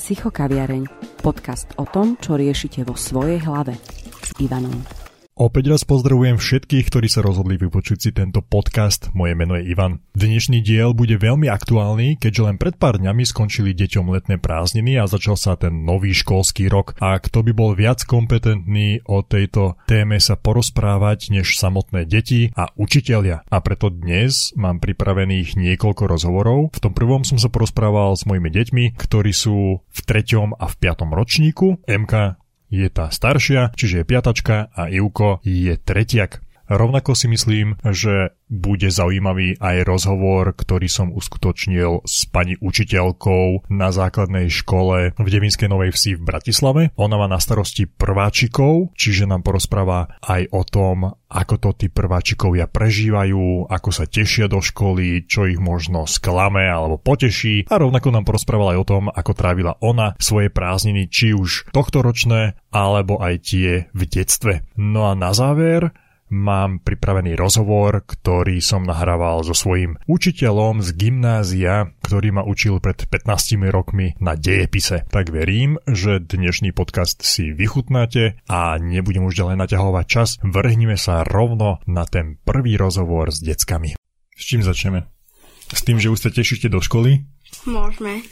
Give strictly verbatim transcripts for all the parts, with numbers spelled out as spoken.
Psychokaviareň, podcast o tom, čo riešite vo svojej hlave s Ivanom. Opäť raz pozdravujem všetkých, ktorí sa rozhodli vypočuť si tento podcast. Moje meno je Ivan. Dnešný diel bude veľmi aktuálny, keďže len pred pár dňami skončili deťom letné prázdniny a začal sa ten nový školský rok. A kto by bol viac kompetentný o tejto téme sa porozprávať než samotné deti a učitelia. A preto dnes mám pripravených niekoľko rozhovorov. V tom prvom som sa porozprával s mojimi deťmi, ktorí sú v treťom a v piatom ročníku. Emka je tá staršia, čiže je piatačka a Ivko je tretiak. Rovnako si myslím, že bude zaujímavý aj rozhovor, ktorý som uskutočnil s pani učiteľkou na základnej škole v Devínskej Novej Vsi v Bratislave. Ona má na starosti prváčikov, čiže nám porozpráva aj o tom, ako to tí prváčikovia prežívajú, ako sa tešia do školy, čo ich možno sklame alebo poteší. A rovnako nám porozprávala aj o tom, ako trávila ona svoje prázdniny, či už tohtoročné, alebo aj tie v detstve. No a na záver mám pripravený rozhovor, ktorý som nahrával so svojím učiteľom z gymnázia, ktorý ma učil pred pätnástimi rokmi na dejepise. Tak verím, že dnešný podcast si vychutnáte a nebudem už ďalej naťahovať čas. Vrhnime sa rovno na ten prvý rozhovor s deckami. S čím začneme? S tým, že už sa tešíte do školy? Môžeme.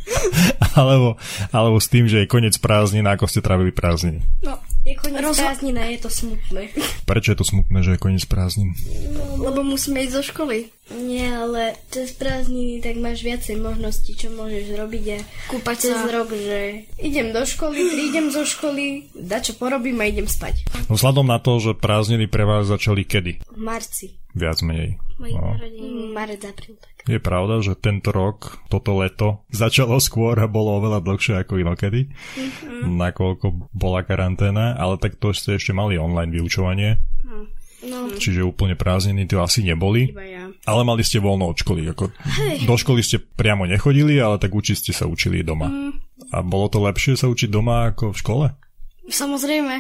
alebo, alebo s tým, že je koniec prázdnin, ako ste trávili prázdniny? No, je koniec Rozho- prázdnin a je to smutné. Prečo je to smutné, že je koniec prázdnin? No, lebo musíme ísť do školy. Nie, ale cez prázdniny tak máš viacej možností, čo môžeš robiť a kúpať cez sa. Rok, že idem do školy, prídem zo školy, dačo porobím a idem spať. No vzhľadom na to, že prázdniny pre vás začali kedy? V marci. Viac menej. No. Marec, apríl, tak. Je pravda, že tento rok, toto leto začalo skôr a bolo oveľa dlhšie ako inokedy, mm-hmm. nakoľko bola karanténa, ale tak to ste ešte mali online vyučovanie. Mm. No. Čiže úplne prázdniny to asi neboli. Ja. Ale mali ste voľno od školy. Ako do školy ste priamo nechodili, ale tak učiť ste sa učili doma. Mm. A bolo to lepšie sa učiť doma ako v škole? Samozrejme.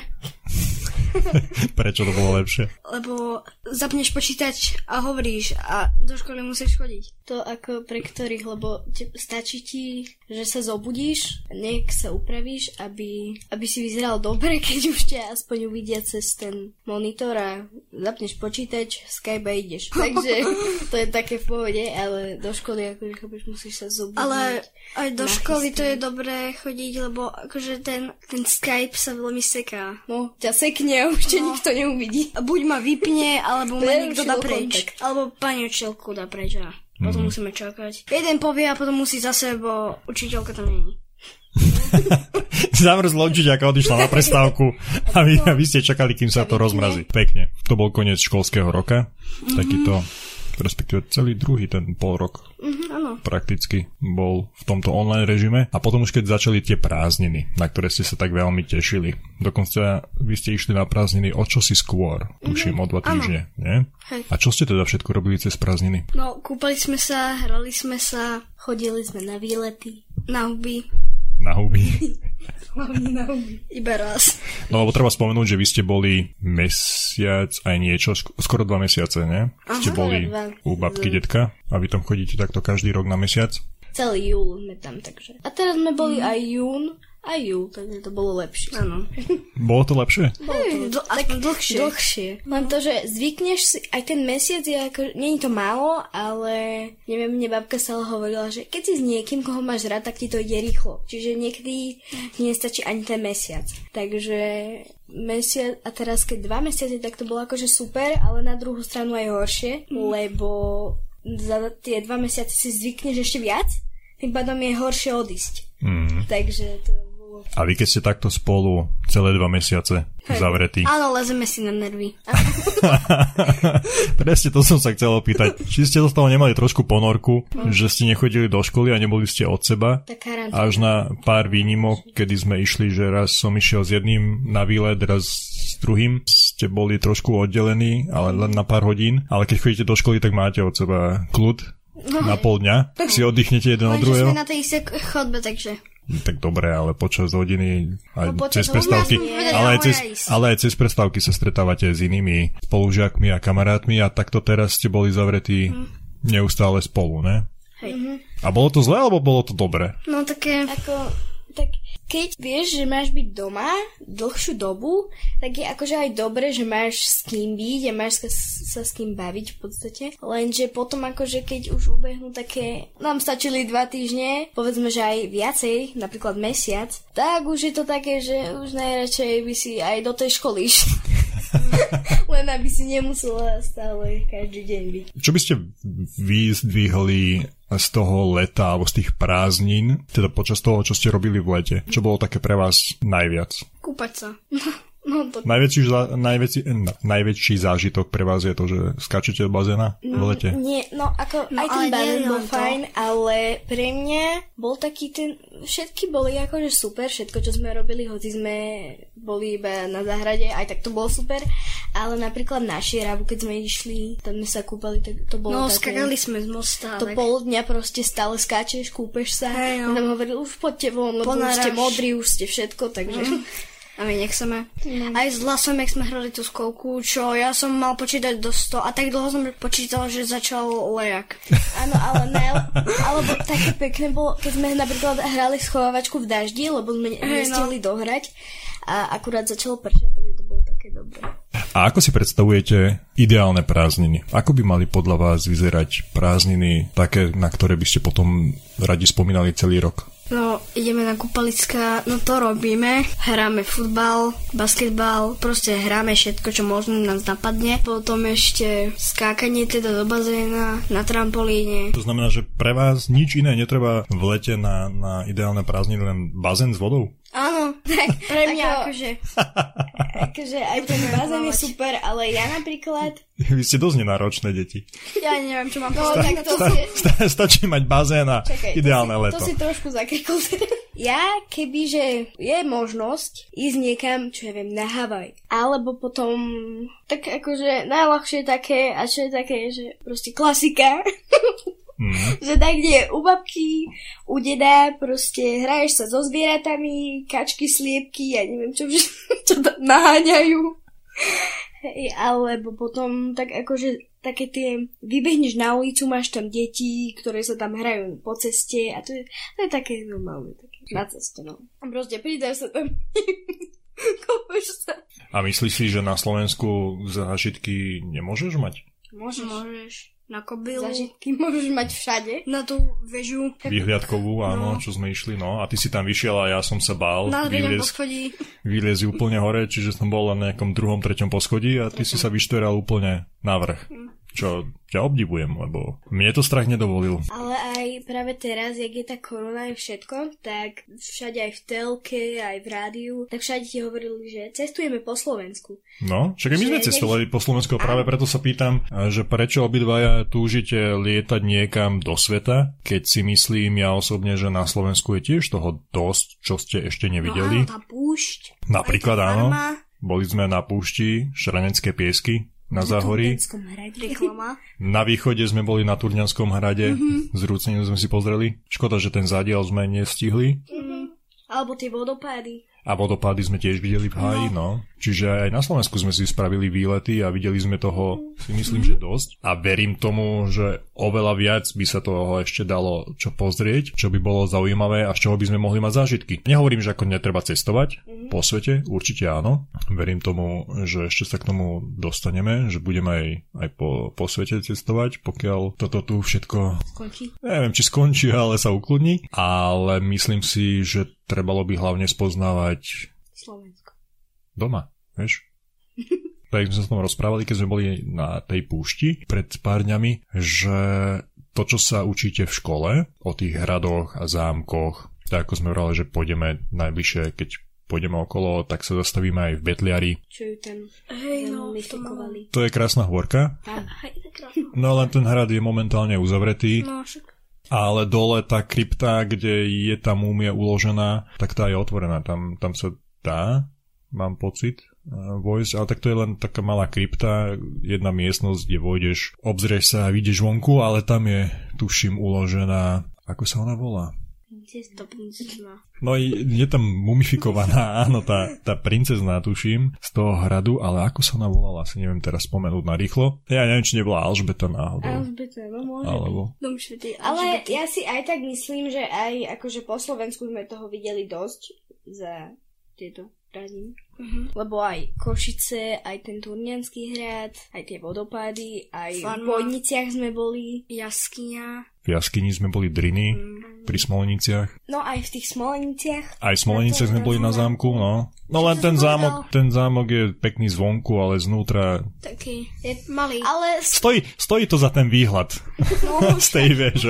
Prečo to bolo lepšie? Lebo zapneš počítač a hovoríš a do školy musíš chodiť. To ako pre ktorých, lebo te, stačí ti, že sa zobudíš, nech sa upravíš, aby, aby si vyzeral dobre, keď už ťa aspoň uvidia cez ten monitor a zapneš počítač, Skype a ideš. Takže to je také v pohode, ale do školy akože chápeš, musíš sa zobudiť. Ale aj do školy to je dobré chodiť, lebo akože ten, ten Skype sa veľmi seká. No, ťa sekne a už ťa no. nikto neuvidí. Buď ma vypne, alebo ma niekto dá preč. Kontakt. Alebo pani učiteľku dá preč a potom mm. musíme čakať. Jeden povie a potom musí zase, bo učiteľka tam není. Zamrzlo učiteľka, odišla na prestávku a vy, a vy ste čakali, kým sa to rozmrazí. Pekne. To bol koniec školského roka. Mm-hmm. Takýto, respektíve celý druhý ten pol rok. Mm-hmm, áno. Prakticky bol v tomto online režime. A potom už keď začali tie prázdniny, na ktoré ste sa tak veľmi tešili. Dokonca vy ste išli na prázdniny o čosi skôr. Tuším, mm-hmm. o dva týždne, nie? Hej. A čo ste teda všetko robili cez prázdniny? No, kúpali sme sa, hrali sme sa, chodili sme na výlety, na huby. Na huby. Hlavne na huby. Iba raz. No, lebo treba spomenúť, že vy ste boli mesiac aj niečo, skoro dva mesiace, nie? Aha, ste boli dva. U babky, detka a vy tam chodíte takto každý rok na mesiac? Celý júl sme tam, takže. A teraz sme boli mm. aj jún, aj júl, takže to bolo lepšie. Áno. Bolo to lepšie? Bolo to lepšie. Dl- aspoň dlhšie. Dlhšie. Len to, že zvykneš si, aj ten mesiac je ako, nie je to málo, ale neviem, mne babka stále hovorila, že keď si s niekým, koho máš rád, tak ti to ide rýchlo. Čiže niekedy nestačí ani ten mesiac. Takže mesiac, a teraz keď dva mesiace, tak to bolo akože super, ale na druhú stranu aj horšie, mm. lebo za tie dva mesiace si zvykneš ešte viac, tým pádom je horšie odísť. Mm. Takže to bolo... A vy keď ste takto spolu celé dva mesiace Hej. zavretí? Áno, lezeme si na nervy. Presne to som sa chcel opýtať. Či ste z toho nemali trošku ponorku, mm. že ste nechodili do školy a neboli ste od seba? Až na pár výnimok, kedy sme išli, že raz som išiel s jedným na výlet, raz s druhým. Ste boli trošku oddelení, ale len na pár hodín. Ale keď chodíte do školy, tak máte od seba kľud. No, na pol dňa, tak si oddychnete jeden od druhého. Sme na tej istej chodbe, takže... Tak dobre, ale počas hodiny aj no, cez prestávky, ale aj cez, ale aj cez prestávky sa stretávate s inými spolužiakmi a kamarátmi a takto teraz ste boli zavretí mm. neustále spolu, ne? Hej. A bolo to zlé, alebo bolo to dobré? No také... Ako... tak keď vieš, že máš byť doma dlhšiu dobu, tak je akože aj dobre, že máš s kým byť a máš sa, sa s kým baviť v podstate. Lenže potom akože keď už ubehnú také, nám stačili dva týždne, povedzme, že aj viacej, napríklad mesiac, tak už je to také, že už najradšej by si aj do tej školy išla. Len aby si nemusela stále každý deň byť. Čo by ste vyzdvihli z toho leta alebo z tých prázdnin, teda počas toho, čo ste robili v lete? Čo bolo také pre vás najviac? Kúpať sa. No, to... najväčší, najväčší, najväčší zážitok pre vás je to, že skáčete do bazéna v lete? Nie, no ako no, aj ten bazén bol fajn, ale pre mňa bol taký ten, všetky boli akože super, všetko, čo sme robili, hoci sme boli iba na záhrade, aj tak to bolo super, ale napríklad na Šieravu, keď sme išli, tam sme sa kúpali, tak to bolo no, také... No, skakali sme z mosta. To tak... pol dňa proste stále skáčeš, kúpeš sa, hey, no. A nám hovorili, už poďte von, lebo už ste modrí, už ste všetko, takže... Mm. A my nechceme. No. Aj s Lasom, jak sme hrali tú skovku, čo ja som mal počítať do sto a tak dlho som počítal, že začal lejak. Áno, ale ne, alebo také pekné bolo, keď sme napríklad hrali schovávačku v daždi, lebo sme hey, nestihli no. dohrať a akurát začalo pršať, takže to bolo také dobré. A ako si predstavujete ideálne prázdniny? Ako by mali podľa vás vyzerať prázdniny také, na ktoré by ste potom radi spomínali celý rok? No, ideme na kúpaliská, no to robíme. Hráme futbal, basketbal, proste hráme všetko, čo možno nás napadne. Potom ešte skákanie teda do bazéna, na trampolíne. To znamená, že pre vás nič iné netreba v lete na, na ideálne prázdniny, len bazén s vodou? Áno, tak pre mňa ako, akože, akože aj ten bazén je super, ale ja napríklad... Vy ste dosť nenáročné deti. Ja neviem, čo mám no, tak to sta- si... sta- Stačí mať bazén a čakaj, ideálne to si, leto. To si trošku zakrikol. Ja, kebyže je možnosť ísť niekam, čo ja viem, na Havaj, alebo potom, tak akože najľahšie také, a čo je také, že proste klasika... Mm. Že tak, kde u babky, u deda, proste hraješ sa so zvieratami, kačky, sliepky, ja neviem čo, čo tam naháňajú. Hej, alebo potom tak akože také tie, vybehneš na ulicu, máš tam deti, ktoré sa tam hrajú po ceste a to je, to je také normálne, také na ceste, no. A proste pridáš sa tam, kopeš sa. A myslíš si, že na Slovensku zážitky nemôžeš mať? Môžeš. Môžeš. Na kobylu. Zažitky môžeš mať všade. Na tú väžu. Vyhliadkovú, áno, no. Čo sme išli, no. A ty si tam vyšiel a ja som sa bál. Na druhom poschodí. Vyliezť úplne hore, čiže som bol na nejakom druhom, treťom poschodí a ty uh-huh. si sa vyštveral úplne na vrch. Uh-huh. Čo ťa obdivujem, lebo mne to strach nedovolil. Ale aj práve teraz, jak je tá korona aj všetko, tak všade aj v telke, aj v rádiu, tak všade ti hovorili, že cestujeme po Slovensku. No, však my sme cestovali po Slovensku, práve preto sa pýtam, že prečo obidvaja túžite lietať niekam do sveta, keď si myslím ja osobne, že na Slovensku je tiež toho dosť, čo ste ešte nevideli. No áno, tá púšť. Napríklad áno, boli sme na púšti, Šranecké piesky. Na Záhorí. Na východe sme boli na Turňanskom hrade. Mm-hmm. Z Rúceniu sme si pozreli. Škoda, že ten zádiel sme nestihli. Mm-hmm. Alebo tie vodopády. A vodopády sme tiež videli v háji, no. no. Čiže aj na Slovensku sme si spravili výlety a videli sme toho, si myslím, že dosť. A verím tomu, že oveľa viac by sa toho ešte dalo čo pozrieť, čo by bolo zaujímavé a z čoho by sme mohli mať zážitky. Nehovorím, že ako netreba cestovať mm-hmm. po svete, určite áno. Verím tomu, že ešte sa k tomu dostaneme, že budeme aj, aj po, po svete cestovať, pokiaľ toto tu všetko... Skončí. Neviem, či skončí, ale sa ukludní. Ale myslím si, že trebalo by hlavne spoznávať Slovensko. Doma, vieš? Tak sme sa o tom rozprávali, keď sme boli na tej púšti pred pár dňami, že to, čo sa učíte v škole o tých hradoch a zámkoch, tak ako sme vrali, že pôjdeme najbližšie, keď pôjdeme okolo, tak sa zastavíme aj v Betliari. Čo ju tam hey, no, mystikovali. To je krásna hôrka. No len ten hrad je momentálne uzavretý. No však. Ale dole tá krypta, kde je tá múmia uložená, tak tá je otvorená. Tam, tam sa dá, mám pocit, vojsť, ale tak to je len taká malá krypta, jedna miestnosť, kde vojdeš, obzrieš sa a vidíš vonku, ale tam je, tuším, uložená, ako sa ona volá? to princezna. No je tam mumifikovaná, áno, tá, tá princezná, tuším, z toho hradu, ale ako sa ona volala, si neviem teraz spomenúť na rýchlo. Ja neviem, či nebola Alžbeta náhodou. Alžbeta, no môže alebo... byť. Ale ja si aj tak myslím, že aj akože po Slovensku sme toho videli dosť za tieto prázdniny. Uh-huh. Lebo aj Košice, aj ten Turnianský hrad, aj tie vodopády, aj Farma. v Bojniciach sme boli. Jaskyňa. V jaskyni sme boli Driny, Mm. pri Smoleniciach. No aj v tých Smoleniciach. Aj v Smoleniciach sme boli na zámku, no. No len ten zámok, ten zámok je pekný zvonku, ale znútra... Taký je malý. Ale Stojí, stojí to za ten výhľad no, z tej veže.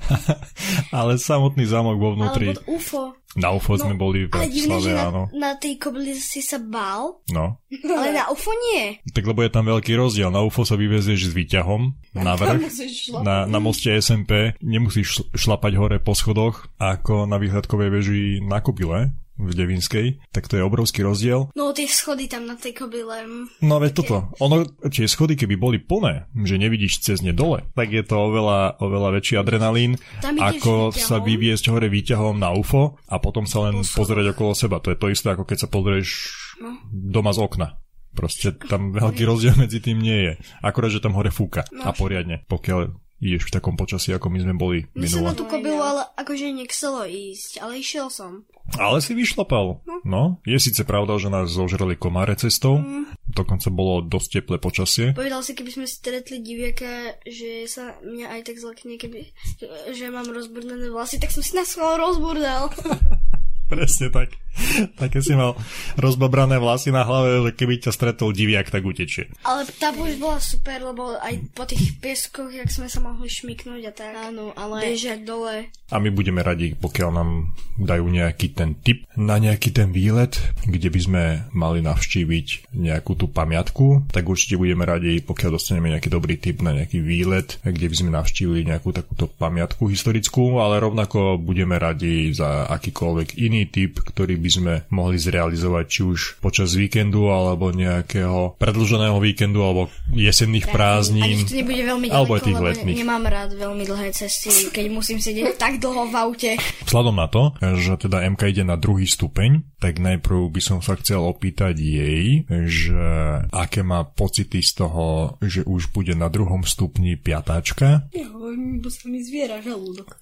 Ale samotný zámok vo vnútri... alebo ú ef ó. Na ú ef ó sme boli v Ale divné, že Bratislave, na, áno. na tej kobili si sa bál, No. Ale na ú ef ó nie. Tak lebo je tam veľký rozdiel. Na ú ef ó sa vyvezieš s výťahom na vrch, na, na moste es em pé. Nemusíš šlapať hore po schodoch ako na výhľadkovej veži na Kobile v Devinskej. Tak to je obrovský rozdiel. no tie schody tam na tej kobile. No veď toto. Ono, tie schody keby boli plné, že nevidíš cez ne dole, tak je to oveľa, oveľa väčší adrenalín, Tam ideš ako výťahom. sa vyviesť hore výťahom na ú ef ó a potom sa len Po schodoch. pozrieť okolo seba. To je to isté, ako keď sa pozrieš No. doma z okna. Proste tam veľký rozdiel medzi tým nie je. Akorát, že tam hore fúka. No. A poriadne. Pokiaľ ideš v takom počasí, ako my sme boli Mne sa minulo. na tú kobilu ale akože nechcelo ísť, ale išiel som. Ale si vyšlapal. No. Je síce pravda, že nás zožrali komáre cestou. Mm. Dokonca bolo dosť teplé počasie. Povedal si, keby sme stretli diviaka, že sa mňa aj tak zlakne, keby, že mám rozburdené vlasy, tak som si na schvál rozburdal. Presne tak. Také si mal rozbabrané vlasy na hlave, že keby ťa stretol diviak, tak utečie. Ale tá už bola super, lebo aj po tých pieskoch, jak sme sa mohli šmyknúť a tak. Áno, ale Bežať dole. A my budeme radi, pokiaľ nám dajú nejaký ten tip na nejaký ten výlet, kde by sme mali navštíviť nejakú tú pamiatku, tak určite budeme radi, pokiaľ dostaneme nejaký dobrý tip na nejaký výlet, kde by sme navštívili nejakú takúto pamiatku historickú, ale rovnako budeme radi za akýkoľvek iný tip, ktorý by sme mohli zrealizovať či už počas víkendu, alebo nejakého predĺženého víkendu, alebo jesenných Ani prázdnin. to nebude veľmi Alebo ďaleko, aj tých lebo letných. nemám rád veľmi dlhé cesty, keď musím sedieť tak dlho v aute. Vzhľadom na to, že teda em ká ide na druhý stupeň, tak najprv by som sa chcel opýtať jej, že aké má pocity z toho, že už bude na druhom stupni piatáčka. bo sa mi zviera žalúdok.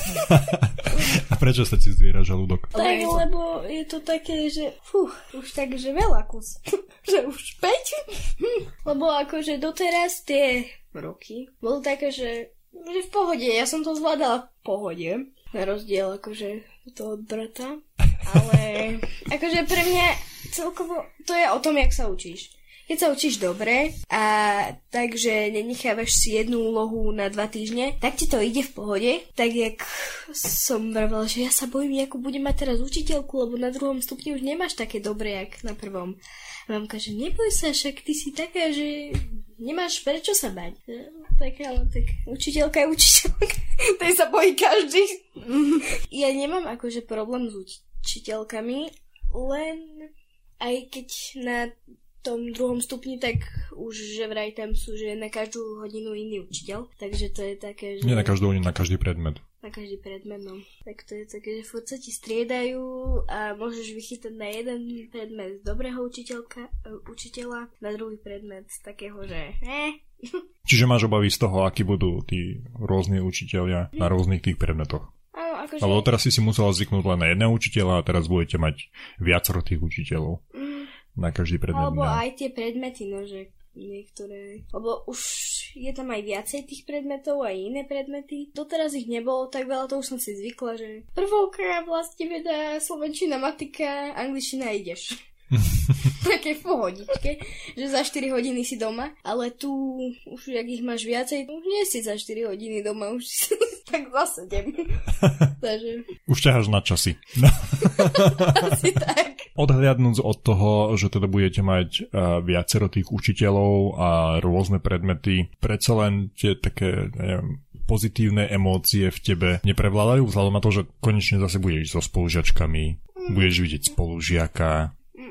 A prečo sa ti zviera žalúdok? Tak, lebo je to také, že fú, už tak, že veľa kus. že už päť. lebo akože doteraz tie roky bolo také, že, že v pohode. Ja som to zvládala v pohode. Na rozdiel akože to od brata. Ale akože pre mňa celkovo to je o tom, jak sa učíš. Keď sa učíš dobre a takže nenechávaš si jednu úlohu na dva týždne, tak ti to ide v pohode. Tak jak som vravela, že ja sa bojím, akú budem mať teraz učiteľku, lebo na druhom stupni už nemáš také dobre, jak na prvom. Mamka, že neboj sa, však ty si taká, že nemáš prečo sa bať. Tak ale tak učiteľka je učiteľka. Tej sa bojí každý. Ja nemám akože problém s učiteľkami, len aj keď na tom druhom stupni, tak už že vraj tam sú, že na každú hodinu iný učiteľ. Takže to je také, že... Nie na každú hodinu, na každý predmet. Na každý predmet, no. Tak to je také, že furt sa ti striedajú a môžeš vychytať na jeden predmet z dobrého učiteľka, učiteľa, na druhý predmet z takého, že... Eh. Čiže máš obavy z toho, akí budú tí rôzni učiteľia na rôznych tých predmetoch. Áno, akože... Alebo teraz si si musela zvyknúť len na jedného učiteľa a teraz budete mať viacero tých učiteľov. Mm. Na každý predmet. Alebo ne? aj tie predmety, no, že niektoré... Lebo už je tam aj viacej tých predmetov, aj iné predmety. Doteraz ich nebolo tak veľa, to už som si zvykla, že prvovka, vlastiveda, slovenčina, matika, angličtina ideš. Také v pohodičke, že za štyri hodiny si doma, ale tu už jak ich máš viacej, už nie si za štyri hodiny doma, už si tak za sedem. Takže... Už ťaháš na časy. No. Asi tak. Odhliadnúc od toho, že teda budete mať uh, viacero tých učiteľov a rôzne predmety, predsa len tie také, neviem, pozitívne emócie v tebe neprevládajú vzhľadom na to, že konečne zase budeš so spolužiačkami, mm. budeš vidieť spolužiaka,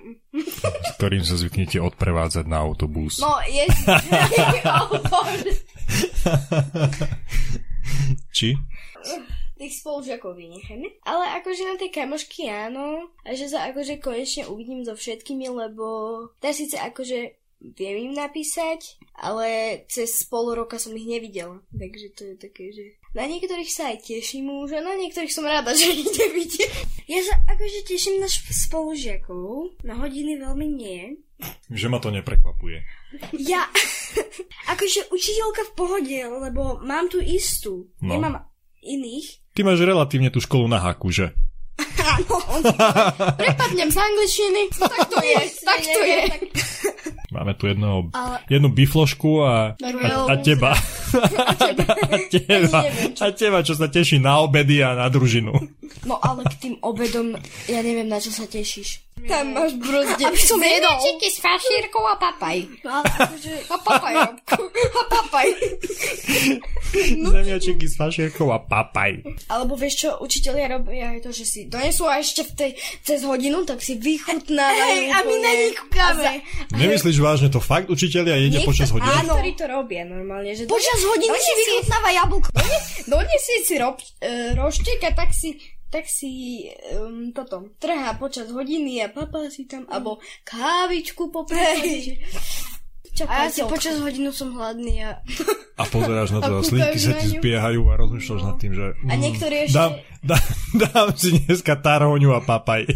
s ktorým sa zvyknete odprevádzať na autobus. No, je auto. Či? tých spolužiakov vynecháme. Ale akože na tie kamošky áno, a že sa akože konečne uvidím so všetkými, lebo tá síce akože viem im napísať, ale cez pol roka som ich nevidela. Takže to je také, že na niektorých sa aj teším už a na niektorých som rada, že ich nevidím. Ja sa akože teším na spolužiakov, na hodiny veľmi nie. Že ma to neprekvapuje. Ja, akože učiteľka v pohode, lebo mám tu istú, no. Nemám iných. Ty máš relatívne tú školu na haku, že? Áno, prepadnem z angličtiny, tak to je, tak to je. Máme tu jedno, Ale... jednu biflošku a, a, a teba. A teba. A teba. A teba, čo sa teší na obedy a na družinu. No ale k tým obedom, ja neviem, na čo sa tešíš. Tam máš brozde. Aby som jedol. Zemiačiky s fašírkou a papaj. A papaj, Robku. A papaj. Zemiačiky s fašírkou a papaj. Alebo vieš čo, učitelia robia aj to, že si donesú a ešte v tej, cez hodinu, tak si vychutnávajú. Hej, a my na nich kúkame. Nemyslíš vážne, to fakt učitelia jede Niekto, počas hodiny? Áno. Niektorí to robia normálne. Že počas hodiny si vychutnáva jablko. Donesie si rob, uh, roštek a tak si tak si um, toto trhá počas hodiny a papá si tam, alebo kávičku popríklade. A ja si počas hodinu som hladný a... A pozeráš na to a slinky sa ti zbiehajú a rozmýšľaš no. nad tým, že... Mm, a niektorí ešte... Dám, dám, dám si dneska taróňu a papaj.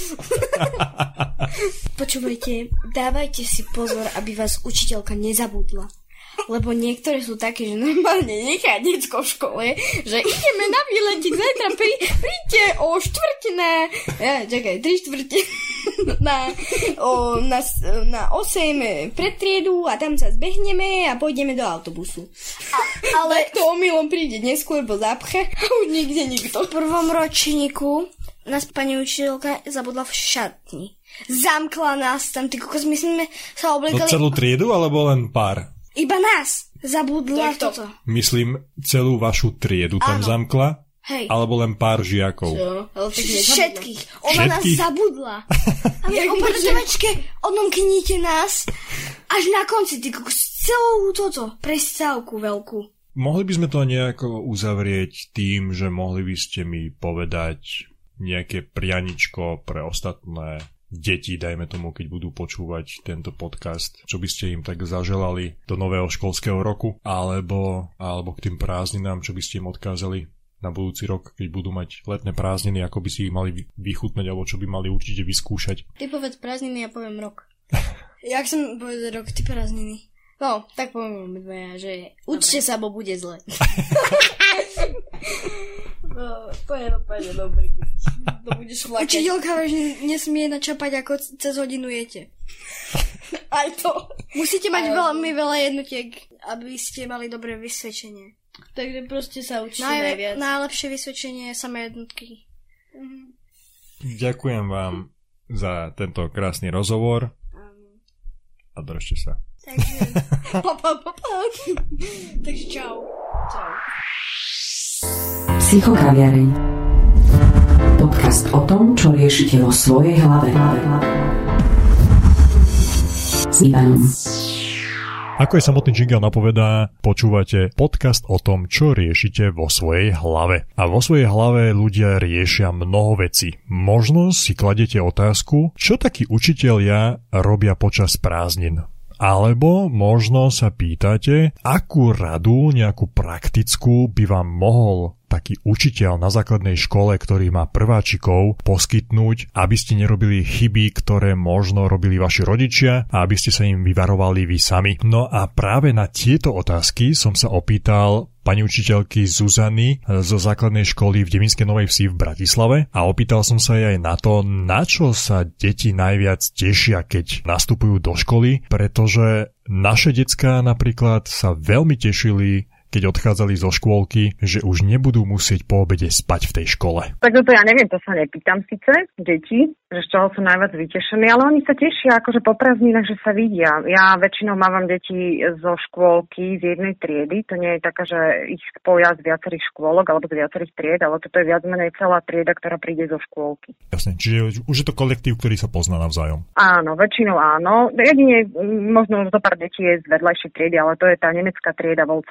Počúvajte, dávajte si pozor, aby vás učiteľka nezabudla. Lebo niektoré sú také, že normálne nechá decko v škole, že ideme na výletik, zajtra prí, príďte o štvrte na... Ja, čakaj, tri štvrte na, o, na, na osem pred triedu a tam sa zbehneme a pôjdeme do autobusu. A, ale to omylom príde neskôr, bo zapcha a už nikde nikto. V prvom ročníku nás pani učiteľka zabudla v šatni. Zamkla nás tam, ty kokos, my sme sa obliekali... No celú triedu alebo len pár? Iba nás zabudla to. toto. Myslím, celú vašu triedu tam Áno. zamkla? Hej. Alebo len pár žiakov? Čo? Ale všetkých. Ona Všetkých? nás zabudla. A my opratovačke odnomknite nás až na konci, ty kokos, celú toto prestávku veľkú. Mohli by sme to nejako uzavrieť tým, že mohli by ste mi povedať nejaké prianičko pre ostatné deti, dajme tomu, keď budú počúvať tento podcast, čo by ste im tak zaželali do nového školského roku, alebo, alebo k tým prázdninám, čo by ste im odkázali na budúci rok, keď budú mať letné prázdniny, ako by si ich mali vychutnať, alebo čo by mali určite vyskúšať. Ty povedz prázdniny, ja poviem rok. Jak som povedal rok, ty prázdniny. No, tak poviem obidvaja, že učte sa, bo bude zle. No, to je dopadne dobrý, to budeš flakať. Učiteľka že nesmie načapať, ako cez hodinu jete. Aj to. Musíte mať veľmi veľa jednotiek, aby ste mali dobré vysvedčenie. Takže proste sa učite Naj- najviac. Najlepšie vysvedčenie je samé jednotky. Mhm. Ďakujem vám za tento krásny rozhovor a držte sa. Takže, pa, pa, pa, pa. Takže čau. Čau. Psychokaviareň. Podcast o tom, čo riešite vo svojej hlave. S Ivanom. Ako je samotný jingle napovedá, počúvate podcast o tom, čo riešite vo svojej hlave. A vo svojej hlave ľudia riešia mnoho vecí. Možno si kladete otázku, čo takí učitelia robia počas prázdnin. Alebo možno sa pýtate, akú radu, nejakú praktickú by vám mohol taký učiteľ na základnej škole, ktorý má prváčikov, poskytnúť, aby ste nerobili chyby, ktoré možno robili vaši rodičia a aby ste sa im vyvarovali vy sami. No a práve na tieto otázky som sa opýtal pani učiteľky Zuzany zo základnej školy v Devinskej Novej Vsi v Bratislave a opýtal som sa jej aj na to, na čo sa deti najviac tešia, keď nastupujú do školy, pretože naše decká napríklad sa veľmi tešili, keď odchádzali zo škôlky, že už nebudú musieť po obede spať v tej škole. Tak to ja neviem, to sa nepýtam síce deti, že z čoho sú najviac vytešení, ale oni sa tešia akože po prázdninách, že sa vidia. Ja väčšinou mávam deti zo škôlky z jednej triedy, to nie je taká, že ich spoja z viacerých škôlok alebo z viacerých tried, ale toto je viac menej celá trieda, ktorá príde zo škôlky. Jasne, čiže už je to kolektív, ktorý sa pozná navzájom. Áno, väčšinou áno. Jedine možno zo pár detí je z vedľajšej triedy, ale to je tá nemecká trieda Volkswageňacká.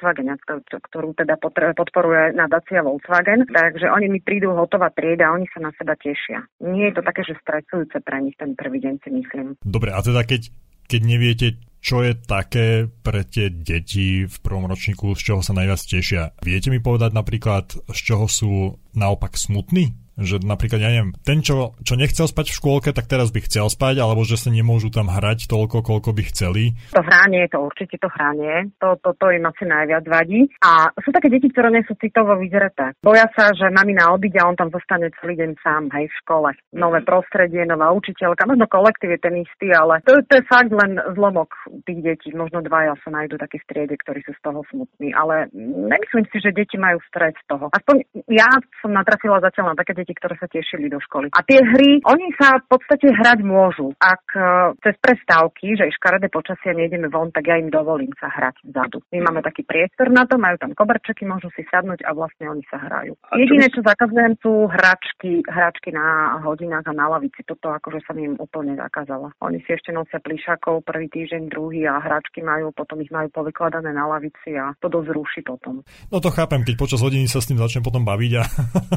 ktorú teda podporuje nadácia Volkswagen. Takže oni mi prídu hotová trieda a oni sa na seba tešia. Nie je to také, že stresujúce pre nich ten prvý deň, si myslím. Dobre, a teda keď, keď neviete, čo je také pre tie deti v prvom ročníku, z čoho sa najviac tešia, viete mi povedať napríklad, z čoho sú naopak smutní? Že napríklad, ja neviem, ten, čo, čo nechcel spať v škôlke, tak teraz by chcel spať, alebo že sa nemôžu tam hrať toľko, koľko by chceli. To hranie, to určite to hranie, to, to, to im asi najviac vadí. A sú také deti, ktoré nie sú citovo vyzreté. Boja sa, že mamina odíde a on tam zostane celý deň sám, hej, v škole. Nové prostredie, nová učiteľka, možno kolektív je ten istý, ale to, to je fakt len zlomok tých detí. Možno dvaja sa nájdú takí v triede, ktorí sú z toho smutní, ale nemyslím si, že deti majú stres z toho. Aspoň ja som natrafila zatiaľ na také deti, ktoré sa tešili do školy. A tie hry, oni sa v podstate hrať môžu. Ak uh, cez prestávky, že je škaredé počasie, nejdeme von, tak ja im dovolím sa hrať vzadu. My máme taký priestor na to, majú tam koberčeky, môžu si sadnúť a vlastne oni sa hrajú. A jediné, čo zakazujem, sú hračky, hračky na hodinách a na lavici. Toto akože som im úplne zakázala. Oni si ešte nosia plíšakov prvý týždeň, druhý a hračky majú, potom ich majú povykladané na lavici a to dosť ruší potom. No to chápem, keď počas hodiny sa s tým začnem potom baviť a,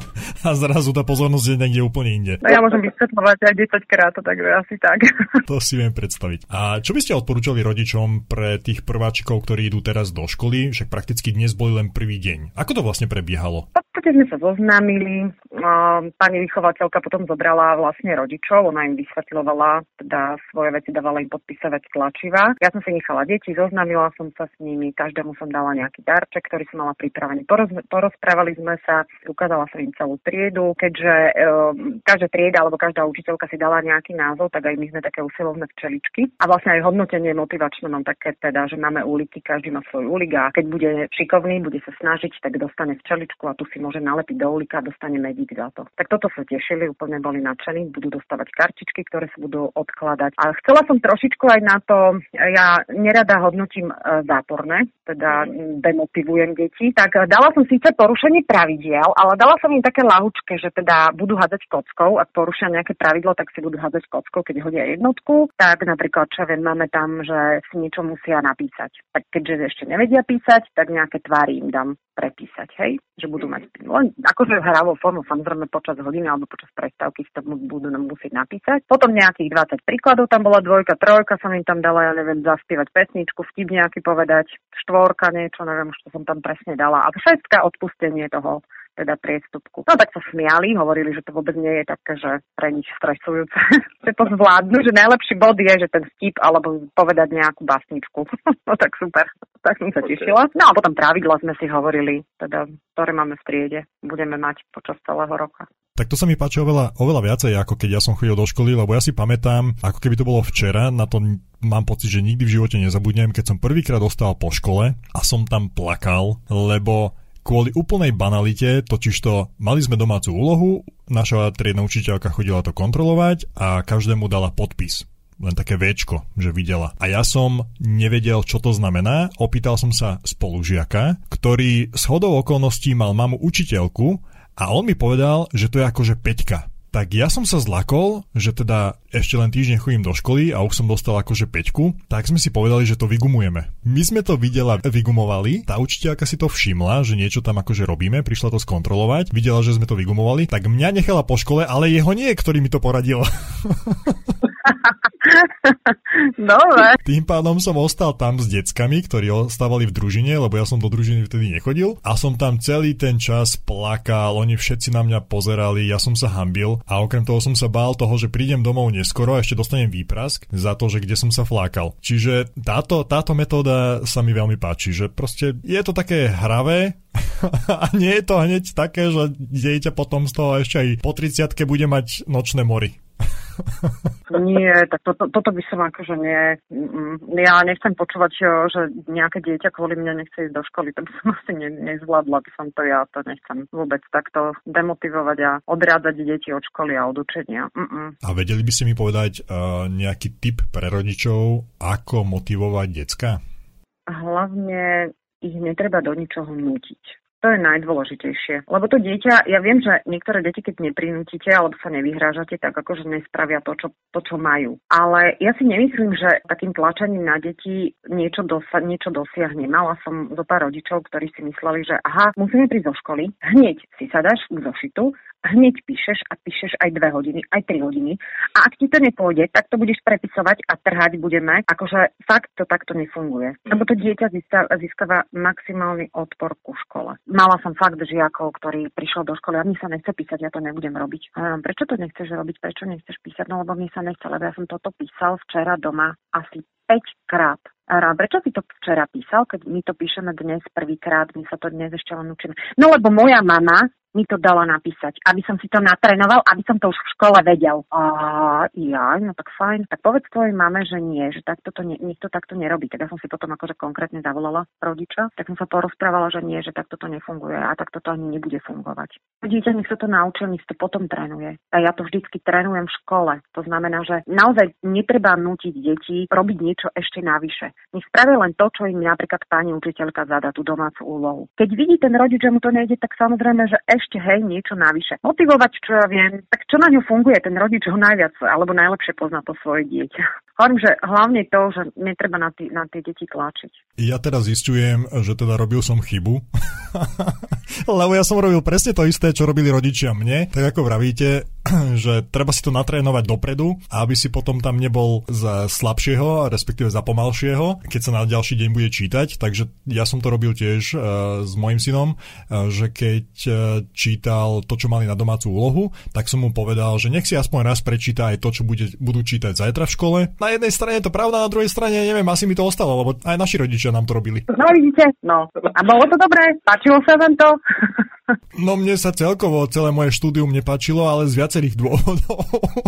a zrazu tá pozornosť je niekde úplne inde. No ja môžem vysvetľovať aj desaťkrát, takže asi tak. To si viem predstaviť. A čo by ste odporúčali rodičom pre tých prváčikov, ktorí idú teraz do školy? Však prakticky dnes boli len prvý deň. Ako to vlastne prebiehalo? V podstate sme sa zoznámili. Pani vychovateľka potom zobrala vlastne rodičov, ona im vysvetľovala, teda svoje veci, dávala im podpisovať tlačiva. Ja som si nechala deti, zoznámila som sa s nimi, každému som dala nejaký darček, ktorý som mala pripravený. Poroz, porozprávali sme sa, ukázala som im celú triedu, keďže e, každá trieda alebo každá učiteľka si dala nejaký názov, tak aj my sme také usilovné včeličky. A vlastne aj hodnotenie motivačné mám také teda, že máme úliky, každý má svoj úlik a keď bude šikovný, bude sa snažiť, tak dostane včeličku a tu si môže nalepiť do úlika a dostane medík za to. Tak toto sa tešili, úplne boli nadšení, budú dostávať kartičky, ktoré sa budú odkladať. A chcela som trošičku aj na to, ja nerada hodnotím záporné, teda demotivujem deti, tak dala som síce porušenie pravidiel, ale dala som im také lahučke, že teda budú hádzať kockou, ak porušia nejaké pravidlo, tak si budú hádzať kockou, keď hodia jednotku. Tak napríklad, čo viem, máme tam, že si niečo musia napísať. Tak keďže ešte nevedia písať, tak nejaké tvary im dám prepísať, hej? Že budú mať len akože hravou formou, samozrejme počas hodiny alebo počas prestávky si to budú nám musieť napísať. Potom nejakých dvadsať príkladov, tam bola dvojka, trojka, som im tam dala, ja neviem, zaspievať pesničku, vtip nejaký povedať, štvorka, niečo, neviem, čo som tam presne dala. A šestka odpustenie toho teda priestupku. No tak sa smiali, hovorili, že to vôbec nie je také, že pre nich stresujúce. Že to zvládnu, že najlepší bod je, že ten vtip alebo povedať nejakú básničku. No tak super, tak som sa tešila. No a potom pravidla sme si hovorili, teda, ktoré máme v triede, budeme mať počas celého roka. Tak to sa mi páči oveľa, oveľa viacej, ako keď ja som chodil do školy, lebo ja si pamätám, ako keby to bolo včera, na to mám pocit, že nikdy v živote nezabudnem, keď som prvýkrát dostal po škole a som tam plakal, lebo kvôli úplnej banalite, totižto mali sme domácu úlohu, naša triedna učiteľka chodila to kontrolovať a každému dala podpis. Len také véčko, že videla. A ja som nevedel, čo to znamená. Opýtal som sa spolužiaka, ktorý shodou okolností mal mamu učiteľku a on mi povedal, že to je akože päťka. Tak ja som sa zlakol, že teda ešte len týždeň chodím do školy a už som dostal akože päťku, tak sme si povedali, že to vygumujeme. My sme to videla, vygumovali, tá učiteľka si to všimla, že niečo tam akože robíme, prišla to skontrolovať, videla, že sme to vygumovali, tak mňa nechala po škole, ale jeho nie, ktorý mi to poradil. Dobre. Tým pádom som ostal tam s deckami, ktorí ostávali v družine, lebo ja som do družiny vtedy nechodil a som tam celý ten čas plakal, oni všetci na mňa pozerali, ja som sa hanbil a okrem toho som sa bál toho, že prídem domov neskoro a ešte dostanem výprask za to, že kde som sa flákal. Čiže táto, táto metóda sa mi veľmi páči, že proste je to také hravé a nie je to hneď také, že dieťa potom z toho ešte aj po tridsiatke bude mať nočné mory. Nie, tak to, to, toto by som akože nie... Ja nechcem počúvať, že nejaké dieťa kvôli mňa nechce ísť do školy, to by som asi ne, nezvládla, by som to ja, to nechcem vôbec takto demotivovať a odrádzať deti od školy a od učenia. Mm-mm. A vedeli by ste mi povedať uh, nejaký tip pre rodičov, ako motivovať decka? Hlavne ich netreba do ničoho nútiť. To je najdôležitejšie. Lebo to dieťa, ja viem, že niektoré deti, keď neprinútite alebo sa nevyhrážate, tak akože nespravia to, čo, to, čo majú. Ale ja si nemyslím, že takým tlačením na deti niečo, dosa, niečo dosiahne. Mala som zo pár rodičov, ktorí si mysleli, že aha, musíme prísť zo školy, hneď si sadáš k zošitu, hneď píšeš a píšeš aj dve hodiny, aj tri hodiny. A ak ti to nepôjde, tak to budeš prepisovať a trhať budeme. Akože fakt to takto nefunguje. Lebo to dieťa získava, získava maximálny odpor ku škole. Mala som fakt žiakov, ktorí prišiel do školy a mne sa nechce písať, ja to nebudem robiť. A prečo to nechceš robiť? Prečo nechceš písať? No lebo mne sa nechce, lebo ja som toto písal včera doma asi päť krát. A prečo si to včera písal, keď my to píšeme dnes prvýkrát, my sa to dnes ešte len učíme? No lebo moja mama mi to dala napísať, aby som si to natrénoval, aby som to už v škole vedel. A ja, no tak fajn, tak povedz tvojej mame, že nie, že takto to nie, nikto takto nerobí. Tak ja som si potom akože konkrétne zavolala rodiča, tak som sa porozprávala, že nie, že takto to nefunguje a takto to ani nebude fungovať. Dieťa nech sa to naučí, nech to potom trénuje. A ja to vždycky trénujem v škole. To znamená, že naozaj netreba nútiť deti robiť niečo ešte navyše. Nech spravia len to, čo im napríklad pani učiteľka zadá, tú domácu úlohu. Keď vidí ten rodič, že mu to nejde, tak samozrejme, že ešte hej, niečo navyše. Motivovať, čo ja viem, tak čo na ňu funguje, ten rodič ho najviac, alebo najlepšie pozná to svoje dieťa. Hovorím, že hlavne to, že netreba na, tý, na tie deti tlačiť. Ja teraz zistujem, že teda robil som chybu, lebo ja som robil presne to isté, čo robili rodičia mne. Tak ako vravíte, že treba si to natrénovať dopredu, aby si potom tam nebol za slabšieho, respektíve za pomalšieho, keď sa na ďalší deň bude čítať. Takže ja som to robil tiež uh, s mojim synom, uh, že keď uh, čítal to, čo mali na domácu úlohu, tak som mu povedal, že nech si aspoň raz prečíta aj to, čo bude, budú čítať zajtra v škole. Na jednej strane je to pravda, na druhej strane neviem, asi mi to ostalo, lebo aj naši rodičia nám to robili. No vidíte, no. A bolo to dobré? Páčilo sa vám to? No mne sa celkovo celé moje štúdium nepáčilo, ale z viacerých dôvodov.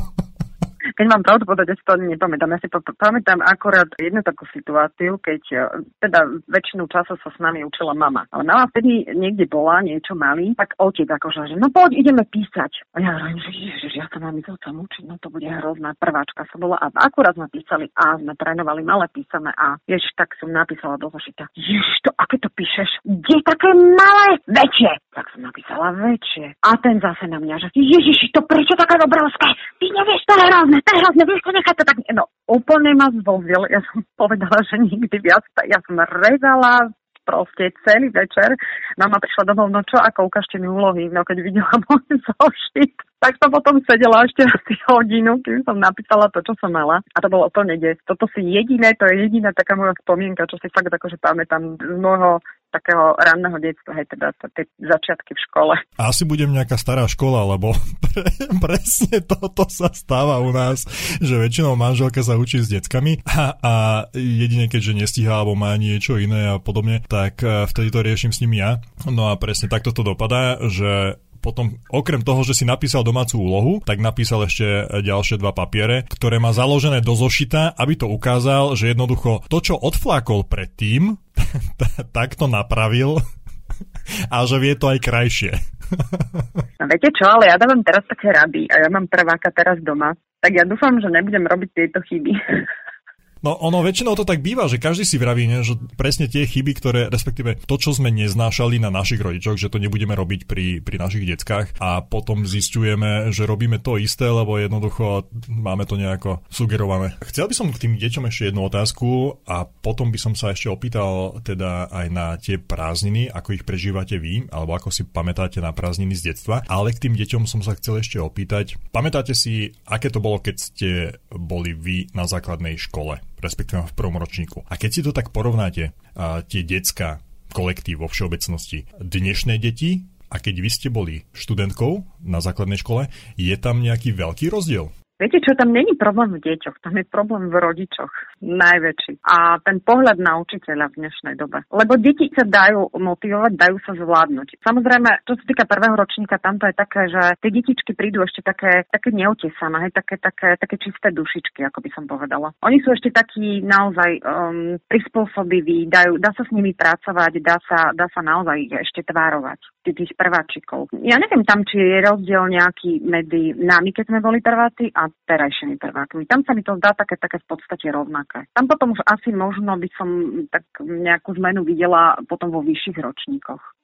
Keď mám pravdu povedať, ja si to ani nepamätám. Ja si pamätám akorát jednu takú situáciu, keď teda väčšinu času sa s nami učila mama. Ale mama vtedy niekde bola, niečo mali, tak otec akože, že no poď, ideme písať. A ja hovorím, že ježiš, ja sa mám ísť otcom učiť, no to bude hrozná. Prváčka som bola a akurát sme písali A, sme trénovali malé písame A. Ježiš, tak som napísala do zošita. Ježiš, to aké to píšeš? Kde také malé? Väčšie. Tak som napísala väčšie. A ten zase na mňa, že ježiši, to prečo také obrovské? Ty nevieš, to je hrozné. Teraz nevieš, to nechať to tak... No, úplne ma zvozil. Ja som povedala, že nikdy viac. Ja som rezala proste celý večer. Mama prišla domov, no čo, ako ukážte mi úlohy. No keď videla môj zošit, tak som potom sedela ešte asi hodinu, kým som napísala to, čo som mala. A to bolo úplne des. Toto si jediné, to je jediná taká moja spomienka, čo si fakt akože pamätám z môjho takého ranného detstva, hej, teda tie začiatky v škole. Asi budem nejaká stará škola, lebo pre, presne toto sa stáva u nás, že väčšinou manželka sa učí s deckami a, a jedine keďže nestíha alebo má niečo iné a podobne, tak vtedy to riešim s nimi ja. No a presne takto to dopadá, že potom okrem toho, že si napísal domácu úlohu, tak napísal ešte ďalšie dva papiere, ktoré má založené do zošita, aby to ukázal, že jednoducho to, čo odflákol predtým, tak to napravil a že vie to aj krajšie. No viete čo, ale ja dávam teraz také rady a ja mám prváka teraz doma, tak ja dúfam, že nebudem robiť tieto chyby. No ono väčšinou to tak býva, že každý si vraví, ne, že presne tie chyby, ktoré, respektíve to, čo sme neznášali na našich rodičoch, že to nebudeme robiť pri, pri našich deckách a potom zisťujeme, že robíme to isté, lebo jednoducho máme to nejako sugerované. Chcel by som k tým deťom ešte jednu otázku a potom by som sa ešte opýtal teda aj na tie prázdniny, ako ich prežívate vy, alebo ako si pamätáte na prázdniny z detstva, ale k tým deťom som sa chcel ešte opýtať. Pamätáte si, aké to bolo, keď ste boli vy na základnej škole, respektíve v prvom ročníku. A keď si to tak porovnáte, a tie decká kolektív vo všeobecnosti, dnešné deti a keď vy ste boli študentkou na základnej škole, je tam nejaký veľký rozdiel? Viete čo, tam není problém v deťoch, tam je problém v rodičoch, najväčší. A ten pohľad na učiteľa v dnešnej dobe. Lebo deti sa dajú motivovať, dajú sa zvládnuť. Samozrejme, čo sa týka prvého ročníka, tam to je také, že tie detičky prídu ešte také, také neotesané, také, také, také čisté dušičky, ako by som povedala. Oni sú ešte takí naozaj um, prispôsobiví, dajú, dá sa s nimi pracovať, dá sa, dá sa naozaj ešte tvárovať tých prváčikov. Ja neviem tam, či je rozdiel nejaký medzi nami, keď sme boli prváci, a terajšími prvákmi. Tam sa mi to zdá také, také v podstate rovnaké. Tam potom už asi možno by som tak nejakú zmenu videla potom vo vyšších ročníkoch.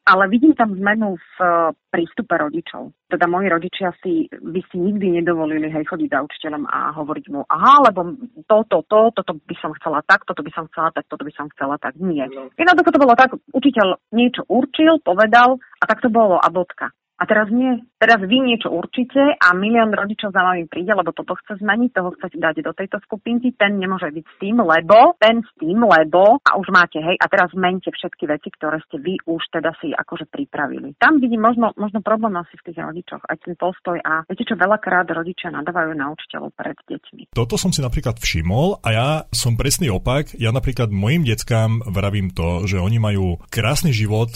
Ale vidím tam zmenu v prístupe rodičov. Teda moji rodičia si, by si nikdy nedovolili, hej, chodiť za učiteľom a hovoriť mu, aha, lebo toto, to, toto by som chcela tak, toto by som chcela tak, toto by som chcela tak. Nie. Jednoducho to bolo tak, učiteľ niečo určil, povedal a tak to bolo a bodka. A teraz nie. Teraz vy niečo určite a milión rodičov za vami príde, lebo toto chce zmeniť, toho chce dať do tejto skupinky, ten nemôže byť s tým, lebo, ten s tým, lebo a už máte, hej, a teraz zmente všetky veci, ktoré ste vy už teda si akože pripravili. Tam vidím možno, možno problém asi v tých rodičoch, aj ten postoj a viete čo, veľakrát rodičia nadávajú na učiteľov pred deťmi. Toto som si napríklad všimol a ja som presný opak. Ja napríklad mojim deckám vravím to, že oni majú krásny život,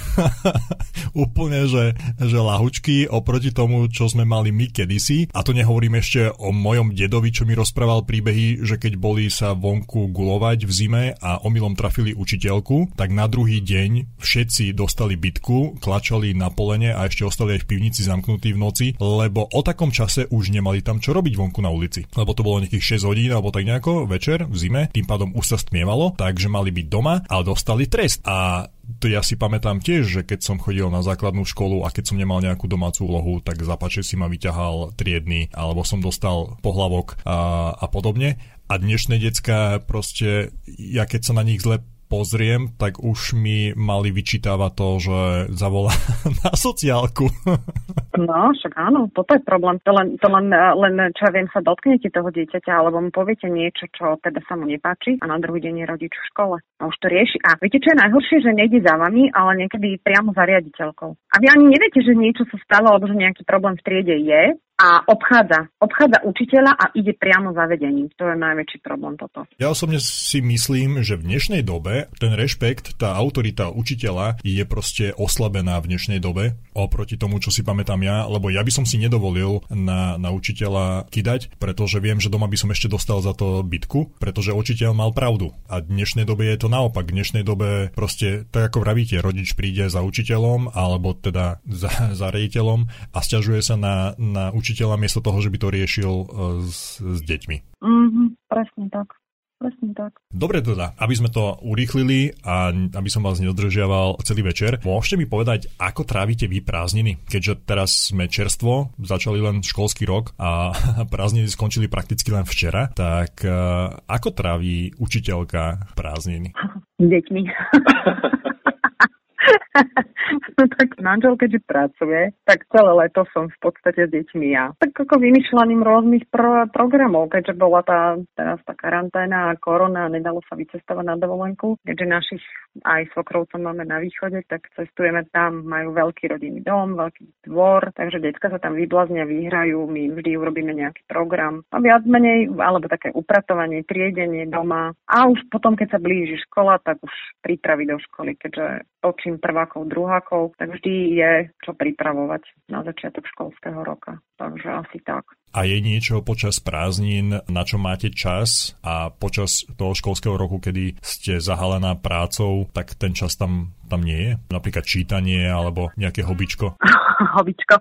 úplne, že že lahučky oproti tomu, čo sme mali my kedysi. A to nehovorím ešte o mojom dedovi, čo mi rozprával príbehy, že keď boli sa vonku gulovať v zime a omylom trafili učiteľku, tak na druhý deň všetci dostali bitku, klačali na polene a ešte ostali aj v pivnici zamknutí v noci, lebo o takom čase už nemali tam čo robiť vonku na ulici. Lebo to bolo nejakých šesť hodín alebo tak nejako večer v zime, tým pádom už sa stmievalo, takže mali byť doma a dostali trest. A to ja si pamätám tiež, že keď som chodil na základnú školu a keď som nemal nejakú domácu úlohu, tak zapače si ma vyťahal triedny, alebo som dostal pohlavok a, a podobne. A dnešné decká proste, ja keď sa na nich zle pozriem, tak už mi mali vyčítavať to, že zavolá na sociálku. No, však áno, toto je problém. To len, to len, len čo ja viem, sa dotknete toho dieťaťa, alebo mu poviete niečo, čo teda sa mu nepáči a na druhý deň je rodič v škole. A už to rieši. A viete, čo je najhoršie, že nejde za vami, ale niekedy priamo za riaditeľkou. A vy ani neviete, že niečo sa stalo, alebo že nejaký problém v triede je, a obchádza. Obchádza učiteľa a ide priamo za vedením. To je najväčší problém toto. Ja osobne si myslím, že v dnešnej dobe ten rešpekt, tá autorita učiteľa je proste oslabená v dnešnej dobe oproti tomu, čo si pamätám ja, lebo ja by som si nedovolil na, na učiteľa kidať, pretože viem, že doma by som ešte dostal za to bitku, pretože učiteľ mal pravdu. A v dnešnej dobe je to naopak. V dnešnej dobe proste, tak ako vravíte, rodič príde za učiteľom alebo teda za, za riaditeľom a sťažuje sa na, na učiteľa miesto toho, že by to riešil uh, s, s deťmi. Mm-hmm, presne tak. Presne tak. Dobre teda, aby sme to urýchlili a aby som vás neodržiaval celý večer, môžete mi povedať, ako trávite vy prázdniny? Keďže teraz sme čerstvo, začali len školský rok a prázdniny skončili prakticky len včera, tak uh, ako tráví učiteľka prázdniny? Deťmi. No tak manžel, keďže pracuje, tak celé leto som v podstate s deťmi ja. Tak ako vymýšľaním rôznych pro- programov, keďže bola tá teraz tá karanténa a korona a nedalo sa vycestovať na dovolenku. Keďže našich aj svokrovcov máme na východe, tak cestujeme tam, majú veľký rodinný dom, veľký dvor, takže decka sa tam vybláznia, vyhrajú, my vždy urobíme nejaký program. A viac menej, alebo také upratovanie, triedenie doma. A už potom, keď sa blíži škola, tak už prípravy do školy, keďže točím prvákov, druhákov, tak vždy je čo pripravovať na začiatok školského roka. Takže asi tak. A je niečo počas prázdnin, na čo máte čas a počas toho školského roku, kedy ste zahalená prácou, tak ten čas tam, tam nie je? Napríklad čítanie alebo nejaké hobičko? Hobičko.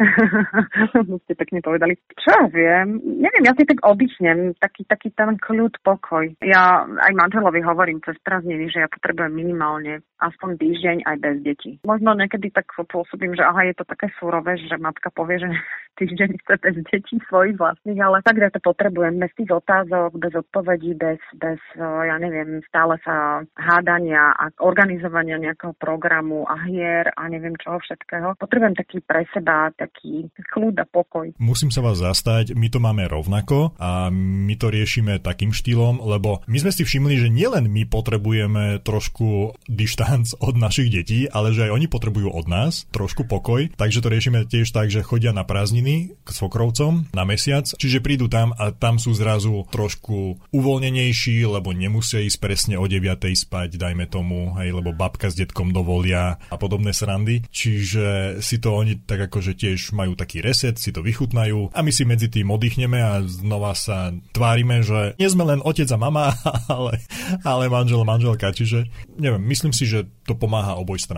Ste pekne povedali. Čo ja viem? Neviem, ja si tak oddychnem. Taký, taký ten kľud, pokoj. Ja aj manželovi hovorím cez prázdniny, že ja potrebujem minimálne aspoň týždeň aj bez detí. Možno niekedy tak pôsobím, že aha, je to také surové, že matka povie, že týždeň chce bez detí svojich vlastných, ale tak, ja to potrebujem bez tých otázok, bez odpovedí, bez, bez, ja neviem, stále sa hádania a organizovania nejakého programu a hier a neviem čoho všetkého. Potrebujem taký pre seba, taký kľud a pokoj. Musím sa vás zastať, my to máme rovnako a my to riešime takým štýlom, lebo my sme si všimli, že nielen my potrebujeme trošku dištanc od našich detí, ale že aj oni potrebujú od nás trošku pokoj, takže to riešime tiež tak, že chodia na prázdniny k svokrovcom na mesiac, čiže prídu tam a tam sú zrazu trošku uvoľnenejší, lebo nemusia ísť presne o deviatej spať, dajme tomu, hej, lebo babka s detkom dovolia a podobné srandy, čiže si to oni tak akože tiež majú taký reset, si to vychutnajú a my si medzi tým oddychneme a znova sa tvárime, že nie sme len otec a mama, ale, ale manžel, manželka, čiže neviem, myslím si, že to pomáha oboj strane.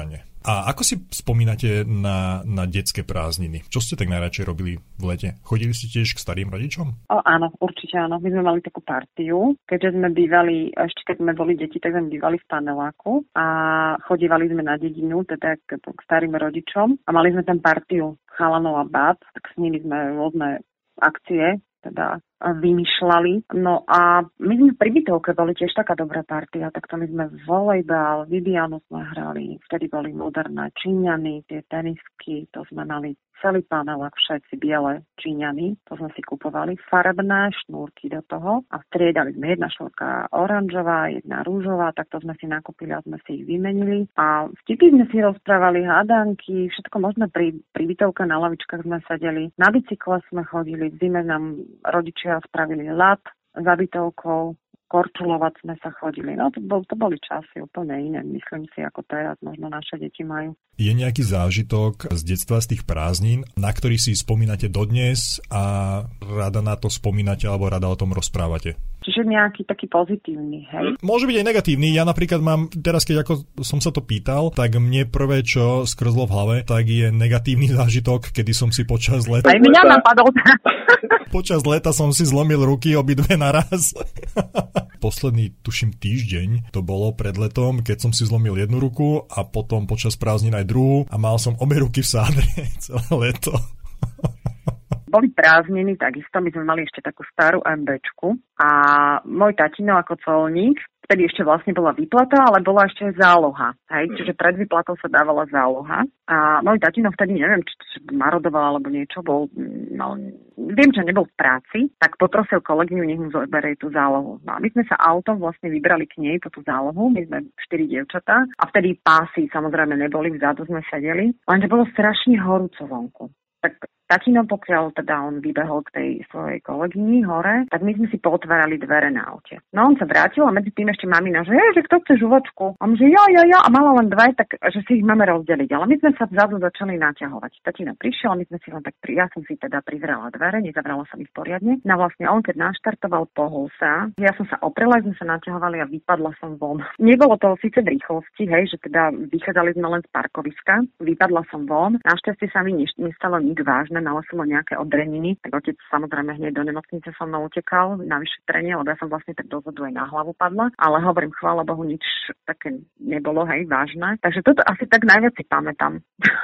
A ako si spomínate na, na detské prázdniny? Čo ste tak najradšej robili v lete? Chodili ste tiež k starým rodičom? O, áno, určite áno. My sme mali takú partiu, keďže sme bývali, ešte keď sme boli deti, tak sme bývali v paneláku a chodívali sme na dedinu, teda k, k starým rodičom a mali sme tam partiu chalanov a báb, tak s nimi sme rôzne akcie teda vymýšľali. No a my sme pri bytovke boli tiež taká dobrá partia, tak to my sme volejbal, Vidianu sme hrali, vtedy boli moderné Číňany, tie tenisky, to sme mali celý panelák, všetci biele Číňany, to sme si kupovali, farebné šnúrky do toho a striedali sme jedna šnúrka oranžová, jedna rúžová, tak to sme si nakúpili a sme si ich vymenili a vtipy sme si rozprávali, hádanky, všetko možné pri, pri bytovke na lavičkách sme sedeli, na bicykle sme chodili, v zime nám rodičia spravili ľad za bytovkou, korčulovať sme sa chodili. No to, bol, to boli časy úplne iné, myslím si, ako teraz možno naše deti majú. Je nejaký zážitok z detstva, z tých prázdnin, na ktorý si spomínate dodnes a rada na to spomínate alebo rada o tom rozprávate? Čiže nejaký taký pozitívny, hej? Môže byť aj negatívny. Ja napríklad mám, teraz keď ako som sa to pýtal, tak mne prvé, čo skrzlo v hlave, tak je negatívny zážitok, kedy som si počas leta... Aj mňa napadol. Počas leta som si zlomil ruky obidve naraz. Posledný, tuším, týždeň to bolo pred letom, keď som si zlomil jednu ruku a potom počas prázdnin aj druhú a mal som obe ruky v sádre celé leto. Boli prázdniny, takisto my sme mali ešte takú starú MBčku a môj tatino ako colník, vtedy ešte vlastne bola výplata, ale bola ešte záloha. Hej? Čiže pred výplatou sa dávala záloha. A môj tatino vtedy, neviem, či, či marodoval alebo niečo, bol, no, viem, že nebol v práci, tak poprosil kolegyňu, nech mu zoberie tú zálohu. No a my sme sa autom vlastne vybrali k nej po tú zálohu, my sme štyri dievčatá a vtedy pásy samozrejme neboli, vzadu sme sedeli, lenže bolo strašne horúco vonku. Tak tatino, pokiaľ teda on vybehol k tej svojej kolegyni hore, tak my sme si pootvárali dvere na aute. No on sa vrátil a medzi tým ešte mamina, že, že kto chce žuvačku? A on že ja, ja, ja, a mala len dve, tak že si ich máme rozdeliť. Ale my sme sa vzadu začali naťahovať. Tatino prišiel, my sme si len tak pri, ja som si teda privrela dvere, nezavrala som ich poriadne. No vlastne on keď naštartoval, pohol sa, ja som sa oprela, sme sa naťahovali a vypadla som von. Nebolo to síce v rýchlosti, hej, že teda vychádzali sme len z parkoviska, vypadla som von. Našťastie sa mi nestalo nič vážne, mala som len nejaké odreniny, tak otec samozrejme hneď do nemocnice so mnou utekal na vyšetrenie, lebo ja som vlastne tak dozadu aj na hlavu padla, ale hovorím, chvála Bohu, nič také nebolo, hej, vážne. Takže toto asi tak najviac si pamätám.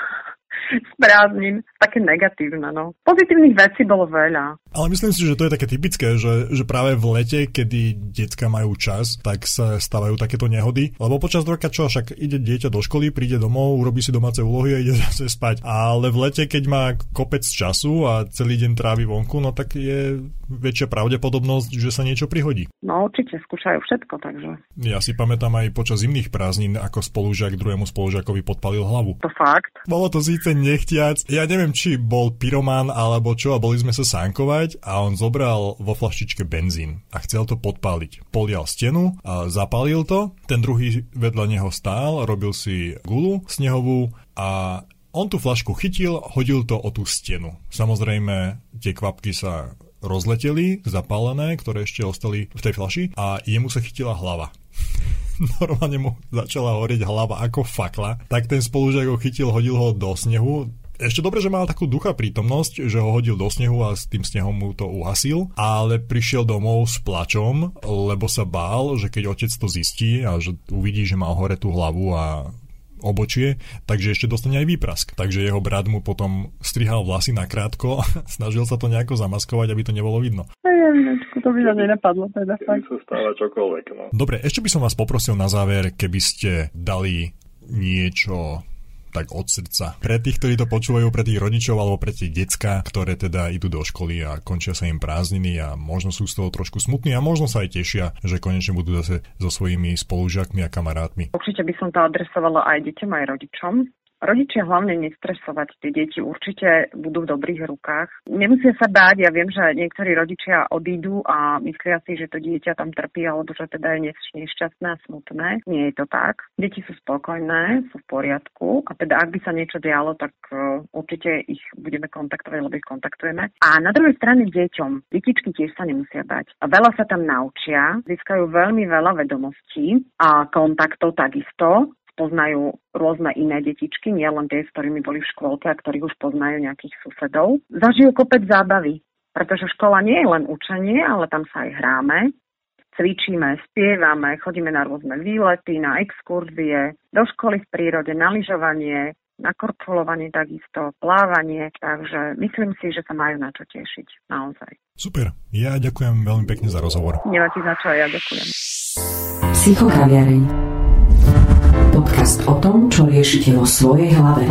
Z prázdnin. Také negatívne, no. Pozitívnych vecí bolo veľa. Ale myslím si, že to je také typické, že, že práve v lete, kedy decká majú čas, tak sa stávajú takéto nehody. Lebo počas roka čo, však ide dieťa do školy, príde domov, urobí si domáce úlohy a ide zase spať. Ale v lete, keď má kopec času a celý deň trávi vonku, no tak je väčšia pravdepodobnosť, že sa niečo prihodí. No určite skúšajú všetko, takže. Ja si pamätám aj počas zimných prázdnin, ako spolužiak druhému spolužiakovi podpalil hlavu. To fakt? Bolo to síce nechtiac. Ja neviem, či bol pyromán alebo čo, a boli sme sa sánkovať a on zobral vo flaštičke benzín a chcel to podpáliť. Polial stenu a zapálil to. Ten druhý vedľa neho stál, robil si gulu snehovú a on tú flašku chytil, hodil to o tú stenu. Samozrejme, tie kvapky sa rozleteli, zapálené, ktoré ešte ostali v tej flaši a jemu sa chytila hlava. Normálne mu začala horieť hlava ako fakla, tak ten spolužiak ho chytil, hodil ho do snehu. Ešte dobre, že mal takú ducha prítomnosť, že ho hodil do snehu a s tým snehom mu to uhasil, ale prišiel domov s plačom, lebo sa bál, že keď otec to zistí a že uvidí, že má hore tú hlavu a obočie, takže ešte dostane aj výprask. Takže jeho brat mu potom strihal vlasy nakrátko a snažil sa to nejako zamaskovať, aby to nebolo vidno. To by sa nenapadlo. Teda fakt. Sa stáva čokoľvek. No. Dobre, ešte by som vás poprosil na záver, keby ste dali niečo tak od srdca. Pre tých, ktorí to počúvajú, pre tých rodičov alebo pre tie decká, ktoré teda idú do školy a končia sa im prázdniny a možno sú z toho trošku smutní a možno sa aj tešia, že konečne budú zase so svojimi spolužiakmi a kamarátmi. Určite by som to adresovala aj deťom, aj rodičom. Rodičia hlavne nestresovať, tie deti určite budú v dobrých rukách. Nemusia sa báť, ja viem, že niektorí rodičia odídu a myslia si, že to dieťa tam trpí, alebo že teda je nešťastné a smutné. Nie je to tak. Deti sú spokojné, sú v poriadku a teda ak by sa niečo dialo, tak uh, určite ich budeme kontaktovať, lebo ich kontaktujeme. A na druhej strane deťom, detičky tiež sa nemusia báť. A veľa sa tam naučia, získajú veľmi veľa vedomostí a kontaktov takisto. poznajú rôzne iné detičky, nie len tie, s ktorými boli v škôlke a ktorých už poznajú nejakých susedov. Zažijú kopec zábavy, pretože škola nie je len učenie, ale tam sa aj hráme, cvičíme, spievame, chodíme na rôzne výlety, na exkurzie, do školy v prírode, na lyžovanie, na korčulovanie takisto, plávanie, takže myslím si, že sa majú na čo tešiť, naozaj. Super, ja ďakujem veľmi pekne za rozhovor. Nemáte za čo, ja ďakujem. Psychokaviareň. Podcast o tom, čo riešite vo svojej hlave.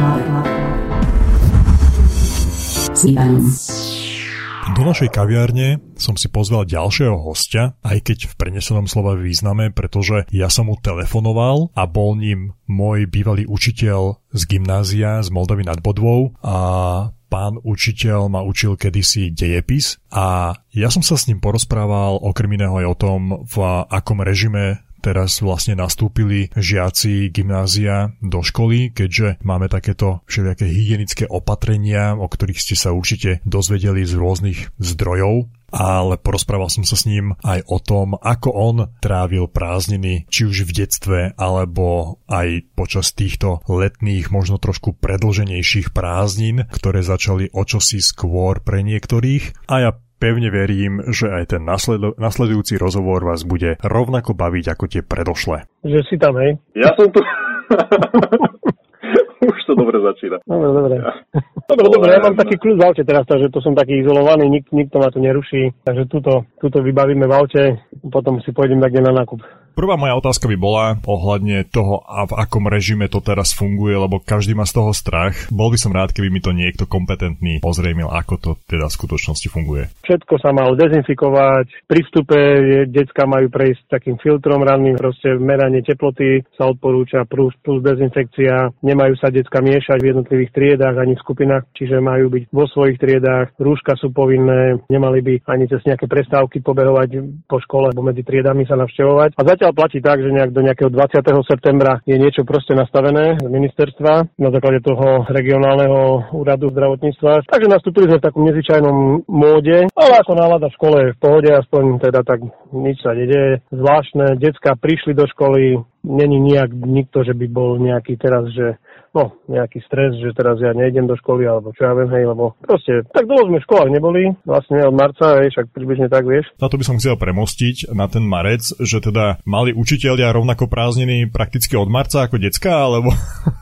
S Ivanom. Do našej kaviárne som si pozval ďalšieho hostia, aj keď v prenesenom slova význame, pretože ja som mu telefonoval a bol ním môj bývalý učiteľ z gymnázia z Moldavy nad Bodvou a pán učiteľ ma učil kedysi dejepis a ja som sa s ním porozprával okrem iného aj o tom, v akom režime teraz vlastne nastúpili žiaci gymnázia do školy, keďže máme takéto všelijaké hygienické opatrenia, o ktorých ste sa určite dozvedeli z rôznych zdrojov. Ale porozprával som sa s ním aj o tom, ako on trávil prázdniny, či už v detstve, alebo aj počas týchto letných, možno trošku predĺženejších prázdnin, ktoré začali o čosi skôr pre niektorých. A ja pevne verím, že aj ten nasledu- nasledujúci rozhovor vás bude rovnako baviť ako tie predošlé. Že si tam, hej? Ja som tu. Už to dobre začína. Dobre, dobre. Dobre, dobre, ja mám taký kľud v aute teraz, takže to som taký izolovaný, nik, nikto ma tu neruší, takže túto, túto vybavíme v aute, potom si pôjdem tak na nákup. Prvá moja otázka by bola ohľadne toho, a v akom režime to teraz funguje, lebo každý má z toho strach. Bol by som rád, keby mi to niekto kompetentný ozrejmil, ako to teda v skutočnosti funguje. Všetko sa malo dezinfikovať, pri vstupe decká majú prejsť takým filtrom ranným, proste meranie teploty sa odporúča, plus, plus dezinfekcia, nemajú sa decká miešať v jednotlivých triedách ani v skupinách, čiže majú byť vo svojich triedách, rúška sú povinné, nemali by ani cez nejaké prestávky pobehovať po škole, alebo medzi triedami sa navštevovať. A zatiaľ platí tak, že nejak do nejakého dvadsiateho septembra je niečo proste nastavené z ministerstva na základe toho regionálneho úradu zdravotníctva. Takže nastúpili sme v takom nezvyčajnom móde, ale ako nálada v škole je v pohode, aspoň teda tak nič sa nedeje. Zvláštne, decká prišli do školy, není nijak nikto, že by bol nejaký teraz, že no, nejaký stres, že teraz ja nejdem do školy, alebo čo ja viem, hej, lebo proste, tak dlho sme v školách neboli, vlastne od marca, hej, však približne tak, vieš. Na to by som chcel premostiť na ten marec, že teda mali učitelia rovnako prázdniny prakticky od marca ako decká, alebo...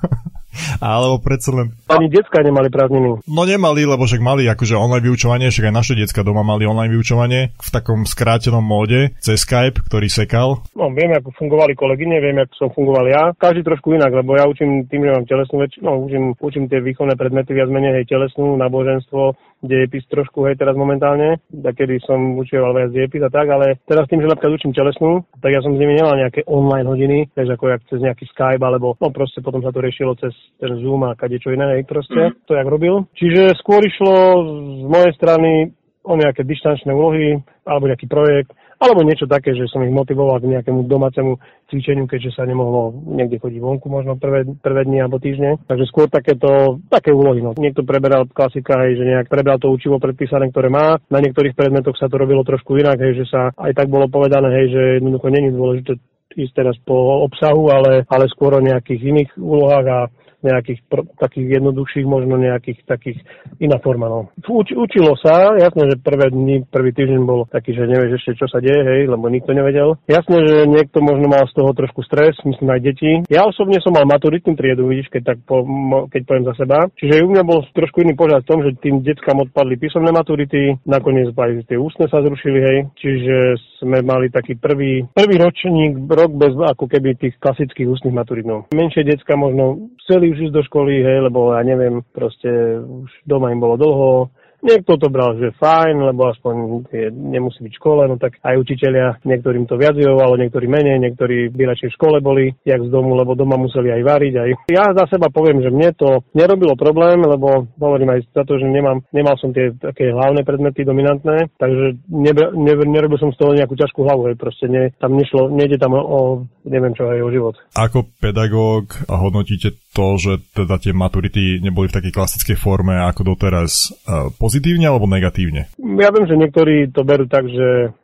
Alebo predsa len... Ani decká nemali prázdniny. No nemali, lebo však mali akože online vyučovanie, však aj naše decká doma mali online vyučovanie v takom skrátenom móde cez Skype, ktorý sekal. No viem, ako fungovali kolegyne, viem, ako som fungoval ja. Každý trošku inak, lebo ja učím tým, že mám telesnú väčšinu, no učím, učím tie výchovné predmety viac menej, hej, telesnú, náboženstvo, dejepis trošku, hej, teraz momentálne, takedy som učieval viac dejepis a tak, ale teraz tým, že napríklad učím telesnú, tak ja som s nimi nemal nejaké online hodiny, takže ako jak cez nejaký Skype, alebo no proste potom sa to riešilo cez ten Zoom a kadečo iné, hej, proste, mm. to jak robil. Čiže skôr išlo z mojej strany o nejaké dištančné úlohy, alebo nejaký projekt, alebo niečo také, že som ich motivoval k nejakému domácemu cvičeniu, keďže sa nemohlo niekde chodiť vonku možno prvé, prvé dni alebo týždne. Takže skôr takéto, také úlohy. No. Niekto preberal klasika, hej, že nejak prebral to učivo predpísané, ktoré má. Na niektorých predmetoch sa to robilo trošku inak, hej, že sa aj tak bolo povedané, hej, že jednoducho nie je dôležité ísť teraz po obsahu, ale, ale skôr o nejakých iných úlohách a nejakých pr- takých jednoduchších, možno nejakých takých iná forma, no. Uč- učilo sa, jasné, že prvé dni, prvý týždeň bol taký, že nevieš ešte, čo sa deje, hej, lebo nikto nevedel. Jasné, že niekto možno mal z toho trošku stres, myslím aj deti. Ja osobne som mal maturitnú triedu, vidíš, keď tak po, mo, keď poviem za seba. Čiže u mňa bol trošku iný pohľad v tom, že tým deckám odpadli písomné maturity, nakoniec aj tie ústne sa zrušili, hej. Čiže sme mali taký prvý, prvý ročník, rok bez ako keby tých klasických ústnych maturit, no. Menšie decká možno chceli už ísť do školy, hej, lebo ja neviem, proste už doma im bolo dlho. Niekto to bral, že fajn, lebo aspoň je, nemusí byť v škole, no tak aj učitelia, niektorým to viac vyhovovalo, niektorí menej, niektorí by radšej v škole boli, jak z domu, lebo doma museli aj variť. Aj. Ja za seba poviem, že mne to nerobilo problém, lebo hovorím aj za to, že nemám, nemal som tie také hlavné predmety dominantné, takže nebe, ne, nerobil som z toho nejakú ťažkú hlavu, hej, proste ne, tam nešlo, nejde tam o, o neviem čo, aj o život. Ako pedagóg hodnotíte to, že teda tie maturity neboli v takej klasickej forme ako doteraz, pozitívne alebo negatívne? Ja viem, že niektorí to berú tak, že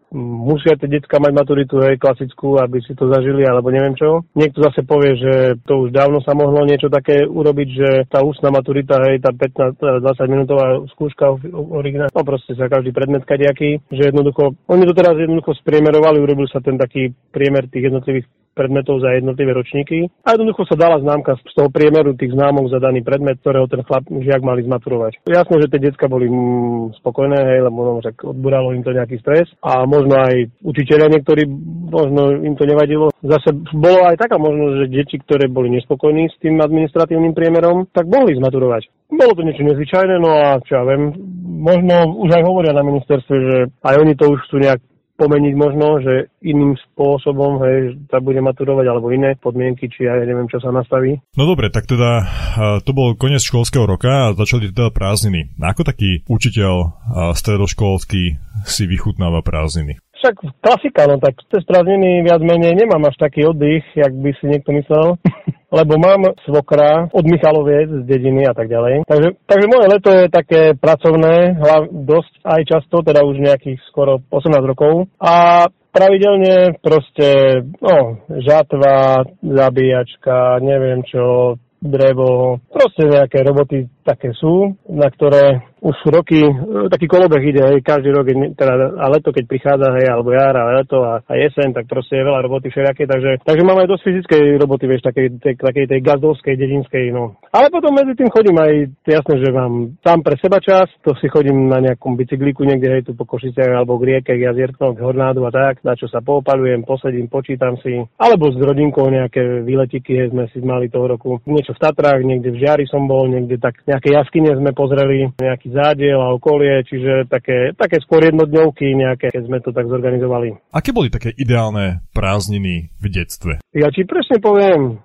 musia tie decká mať maturitu, hej, klasickú, aby si to zažili, alebo neviem čo. Niekto zase povie, že to už dávno sa mohlo niečo také urobiť, že tá ústna maturita, hej, tá pätnásť dvadsať minútová skúška originálna, no proste sa každý predmet kadejaký, že jednoducho, oni to teraz jednoducho spriemerovali, urobil sa ten taký priemer tých jednotlivých predmetov za jednotlivé ročníky a jednoducho sa dala známka z toho priemeru tých známok za daný predmet, ktorého ten chlap, žiak mali zmaturovať. Jasné, že tie decká boli mm, spokojné, hej, lebo no, však odburalo im to nejaký stres a možno aj učitelia niektorí, možno im to nevadilo. Zase bolo aj taká možnosť, že deti, ktoré boli nespokojní s tým administratívnym priemerom, tak mohli zmaturovať. Bolo to niečo nezvyčajné, no a čo ja viem, možno už aj hovoria na ministerstve, že aj oni to už chcú nejak pomeniť možno, že iným spôsobom, hej, sa bude maturovať alebo iné podmienky, či ja neviem, čo sa nastaví. No dobre, tak teda to bol koniec školského roka a začali teda prázdniny. Ako taký učiteľ stredoškolský si vychutnáva prázdniny? Však klasika, no tak cez prázdniny viac menej nemám až taký oddych, jak by si niekto myslel. Lebo mám svokra od Michaloviec z dediny a tak ďalej. Takže, takže moje leto je také pracovné, hlav, dosť aj často, teda už nejakých skoro osemnásť rokov. A pravidelne proste, no, žatva, zabíjačka, neviem čo, drevo, proste nejaké roboty také sú, na ktoré už roky, taký kolobeh ide, hej, každý rok, teda, a leto, keď prichádza, hej, alebo jar, a leto a, a jeseň, tak proste je veľa roboty všelijaké, takže, takže mám aj dosť fyzickej roboty, vieš, takej, tej, takej tej gazdovskej, dedinskej, no. Ale potom medzi tým chodím aj, jasné, že mám sám pre seba čas, to si chodím na nejakom bicyklíku niekde, hej, tu po Košiciach, alebo k rieke, k jazierkom, k hornádu a tak, na čo sa poopalujem, posedím, počítam si, alebo s rodinkou nejaké výletiky, hej, sme si mali toho roku, niečo v Tatrách, niekde v Žiari som bol, niekde tak nejaké jaskyne sme pozreli, nejaký zádiel a okolie, čiže také, také skôr jednodňovky nejaké, keď sme to tak zorganizovali. Aké boli také ideálne prázdniny v detstve? Ja ti presne poviem,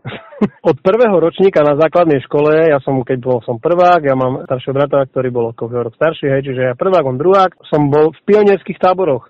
od prvého ročníka na základnej škole, ja som, keď bol som prvák, ja mám staršieho brata, ktorý bol ako rok starší, hej, čiže ja prvák, on druhák, som bol v pionierských táboroch.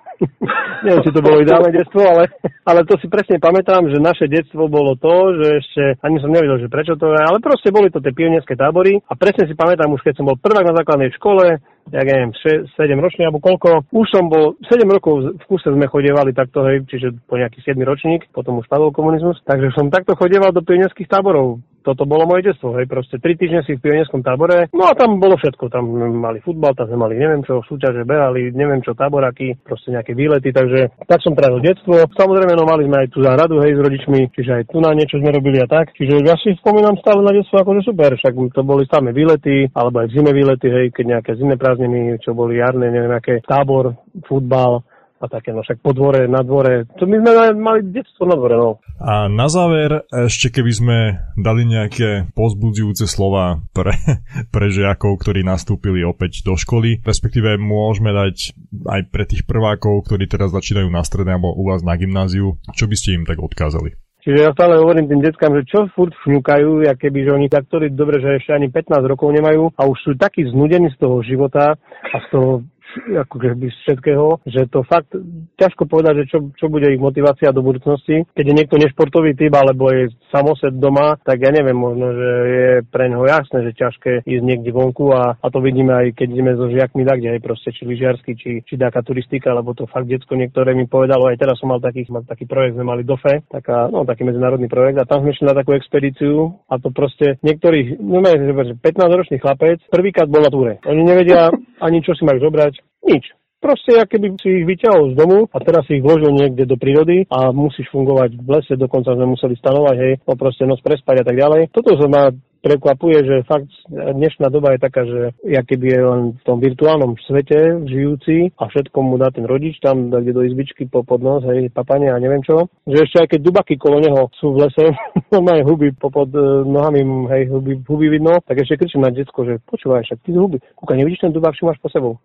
Neviem, či to bolo ideálne detstvo, ale, ale to si presne pamätám, že naše detstvo bolo to, že ešte, ani som nevedel, že prečo to je, ale proste boli to tie pionierské tábory a presne si pamätám už, keď som bol prvák na základnej škole, ja neviem, sedem ročný alebo koľko, už som bol, sedem rokov v kuse sme chodievali takto, hej, čiže po nejaký siedmy ročník, potom už padol komunizmus, takže som takto chodieval do pionierských táborov. Toto bolo moje detstvo, hej, proste tri týždne si v pionierskom tábore, no a tam bolo všetko, tam mali futbal, tam sme mali neviem čo, súťaže, behali, neviem čo, táboraky, proste nejaké výlety, takže tak som trávil detstvo. Samozrejme, no mali sme aj tú záhradu, hej, s rodičmi, čiže aj tu na niečo sme robili a tak, čiže ja si spomínam stále na detstvo akože super, však to boli samé výlety, alebo aj v zime výlety, hej, keď nejaké zimné prázdniny, čo boli jarné, neviem aké, tábor, futbal a také, no však po dvore, na dvore. To my sme mali detstvo na dvore, no. A na záver, ešte keby sme dali nejaké povzbudzujúce slova pre, pre žiakov, ktorí nastúpili opäť do školy, respektíve môžeme dať aj pre tých prvákov, ktorí teraz začínajú na strednej alebo u vás na gymnáziu, čo by ste im tak odkázali? Čiže ja stále hovorím tým deckám, že čo furt šňukajú, ja keby, že oni tak, ktorí dobre, že ešte ani pätnásť rokov nemajú a už sú takí znudení z toho života a z toho ako keby z všetkého, že to fakt ťažko povedať, že čo, čo bude ich motivácia do budúcnosti. Keď je niekto nešportový typ alebo je samosed doma, tak ja neviem, možno, že je pre neho jasné, že ťažké ísť niekde vonku a, a to vidíme aj keď ideme so žiakmi tak, kde aj proste či lyžiarsky, či, či taká turistika, lebo to fakt decko niektoré mi povedalo, aj teraz som mal taký, mal taký projekt, sme mali dofe, taká, no taký medzinárodný projekt a tam sme šli na takú expedíciu a to proste niektorých, no že pätnásťročný chlapec prvýkrát bol na túre. Oni nevedia ani čo si majú zobrať. Nič. Proste, keby si ich vyťahol z domu a teraz si ich vložil niekde do prírody a musíš fungovať v lese, dokonca sme museli stanovať, hej, no proste noc prespať a tak ďalej. Toto sa ma prekvapuje, že fakt dnešná doba je taká, že keby je len v tom virtuálnom svete žijúci a všetko mu dá ten rodič, tam kde do izbičky po podnos, hej, papanie a neviem čo, že ešte aj keď dubaky kolo neho sú v lese, majú huby popod nohami, hej, huby, huby vidno, tak ešte kričím na decko, že počúvaj, však ty huby, kúka, nevidíš ten dubák, čo máš po sebou?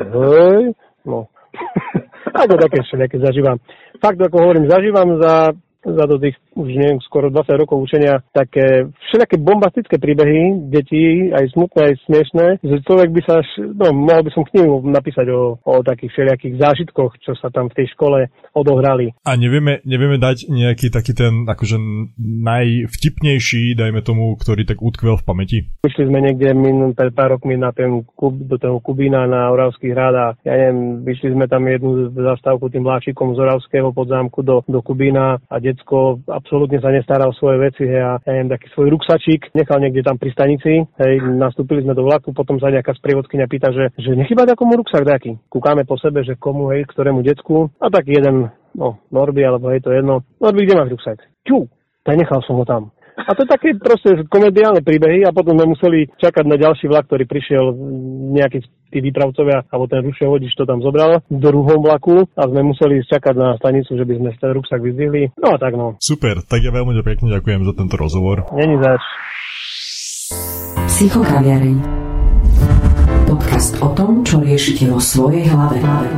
Hej, no. Ako také všelijaké zažívam. Fakt, ako hovorím, zažívam za za do tých už neviem, skoro dvadsať rokov učenia také všelijaké bombastické príbehy detí, aj smutné, aj smiešné, že človek by sa, no mohol by som knihu napísať o, o takých všelijakých zážitkoch, čo sa tam v tej škole odohrali. A nevieme, nevieme dať nejaký taký ten akože najvtipnejší, dajme tomu, ktorý tak utkvel v pamäti? Vyšli sme niekde min, pred pár rokmi na ten kub, do toho Kubína na Oravský hrad a ja neviem, vyšli sme tam jednu zastávku tým vláčikom z Oravského podzámku do, do Kubína a decko absolútne sa nestará o svoje veci, hej, a ja neviem, taký svoj ruksačík nechal niekde tam pri stanici, hej, nastúpili sme do vlaku, potom sa nejaká sprievodkyňa pýta, že, že nechýba takomu ruksak taký. Kúkame po sebe, že komu, hej, ktorému decku, a tak jeden, no, Norby, alebo hej, to jedno. Norby, kde máš ruksak? Ču, tak nechal som ho tam. A to je také proste komediálne príbehy a potom sme museli čakať na ďalší vlak, ktorý prišiel nejaký tí výpravcovia, alebo ten rušie vodič to tam zobral v druhom vlaku a sme museli čakať na stanicu, že by sme ten ruksak vyzdvihli. No a tak no. Super, tak ja veľmi pekne ďakujem za tento rozhovor. Není zač. Psychokaviareň. Podcast o tom, čo riešite vo svojej hlave.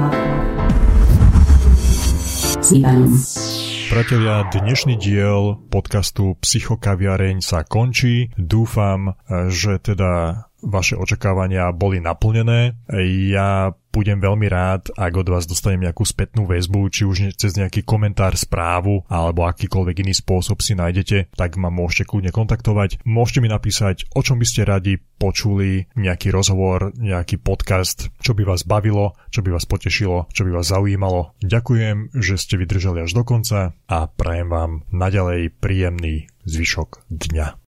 S Ivanom. Priatelia, dnešný diel podcastu Psychokaviareň sa končí. Dúfam, že teda vaše očakávania boli naplnené. Ja budem veľmi rád, ak od vás dostanem nejakú spätnú väzbu, či už cez nejaký komentár, správu alebo akýkoľvek iný spôsob si nájdete, tak ma môžete kľudne kontaktovať. Môžete mi napísať, o čom by ste radi počuli, nejaký rozhovor, nejaký podcast, čo by vás bavilo, čo by vás potešilo, čo by vás zaujímalo. Ďakujem, že ste vydržali až do konca a prajem vám naďalej príjemný zvyšok dňa.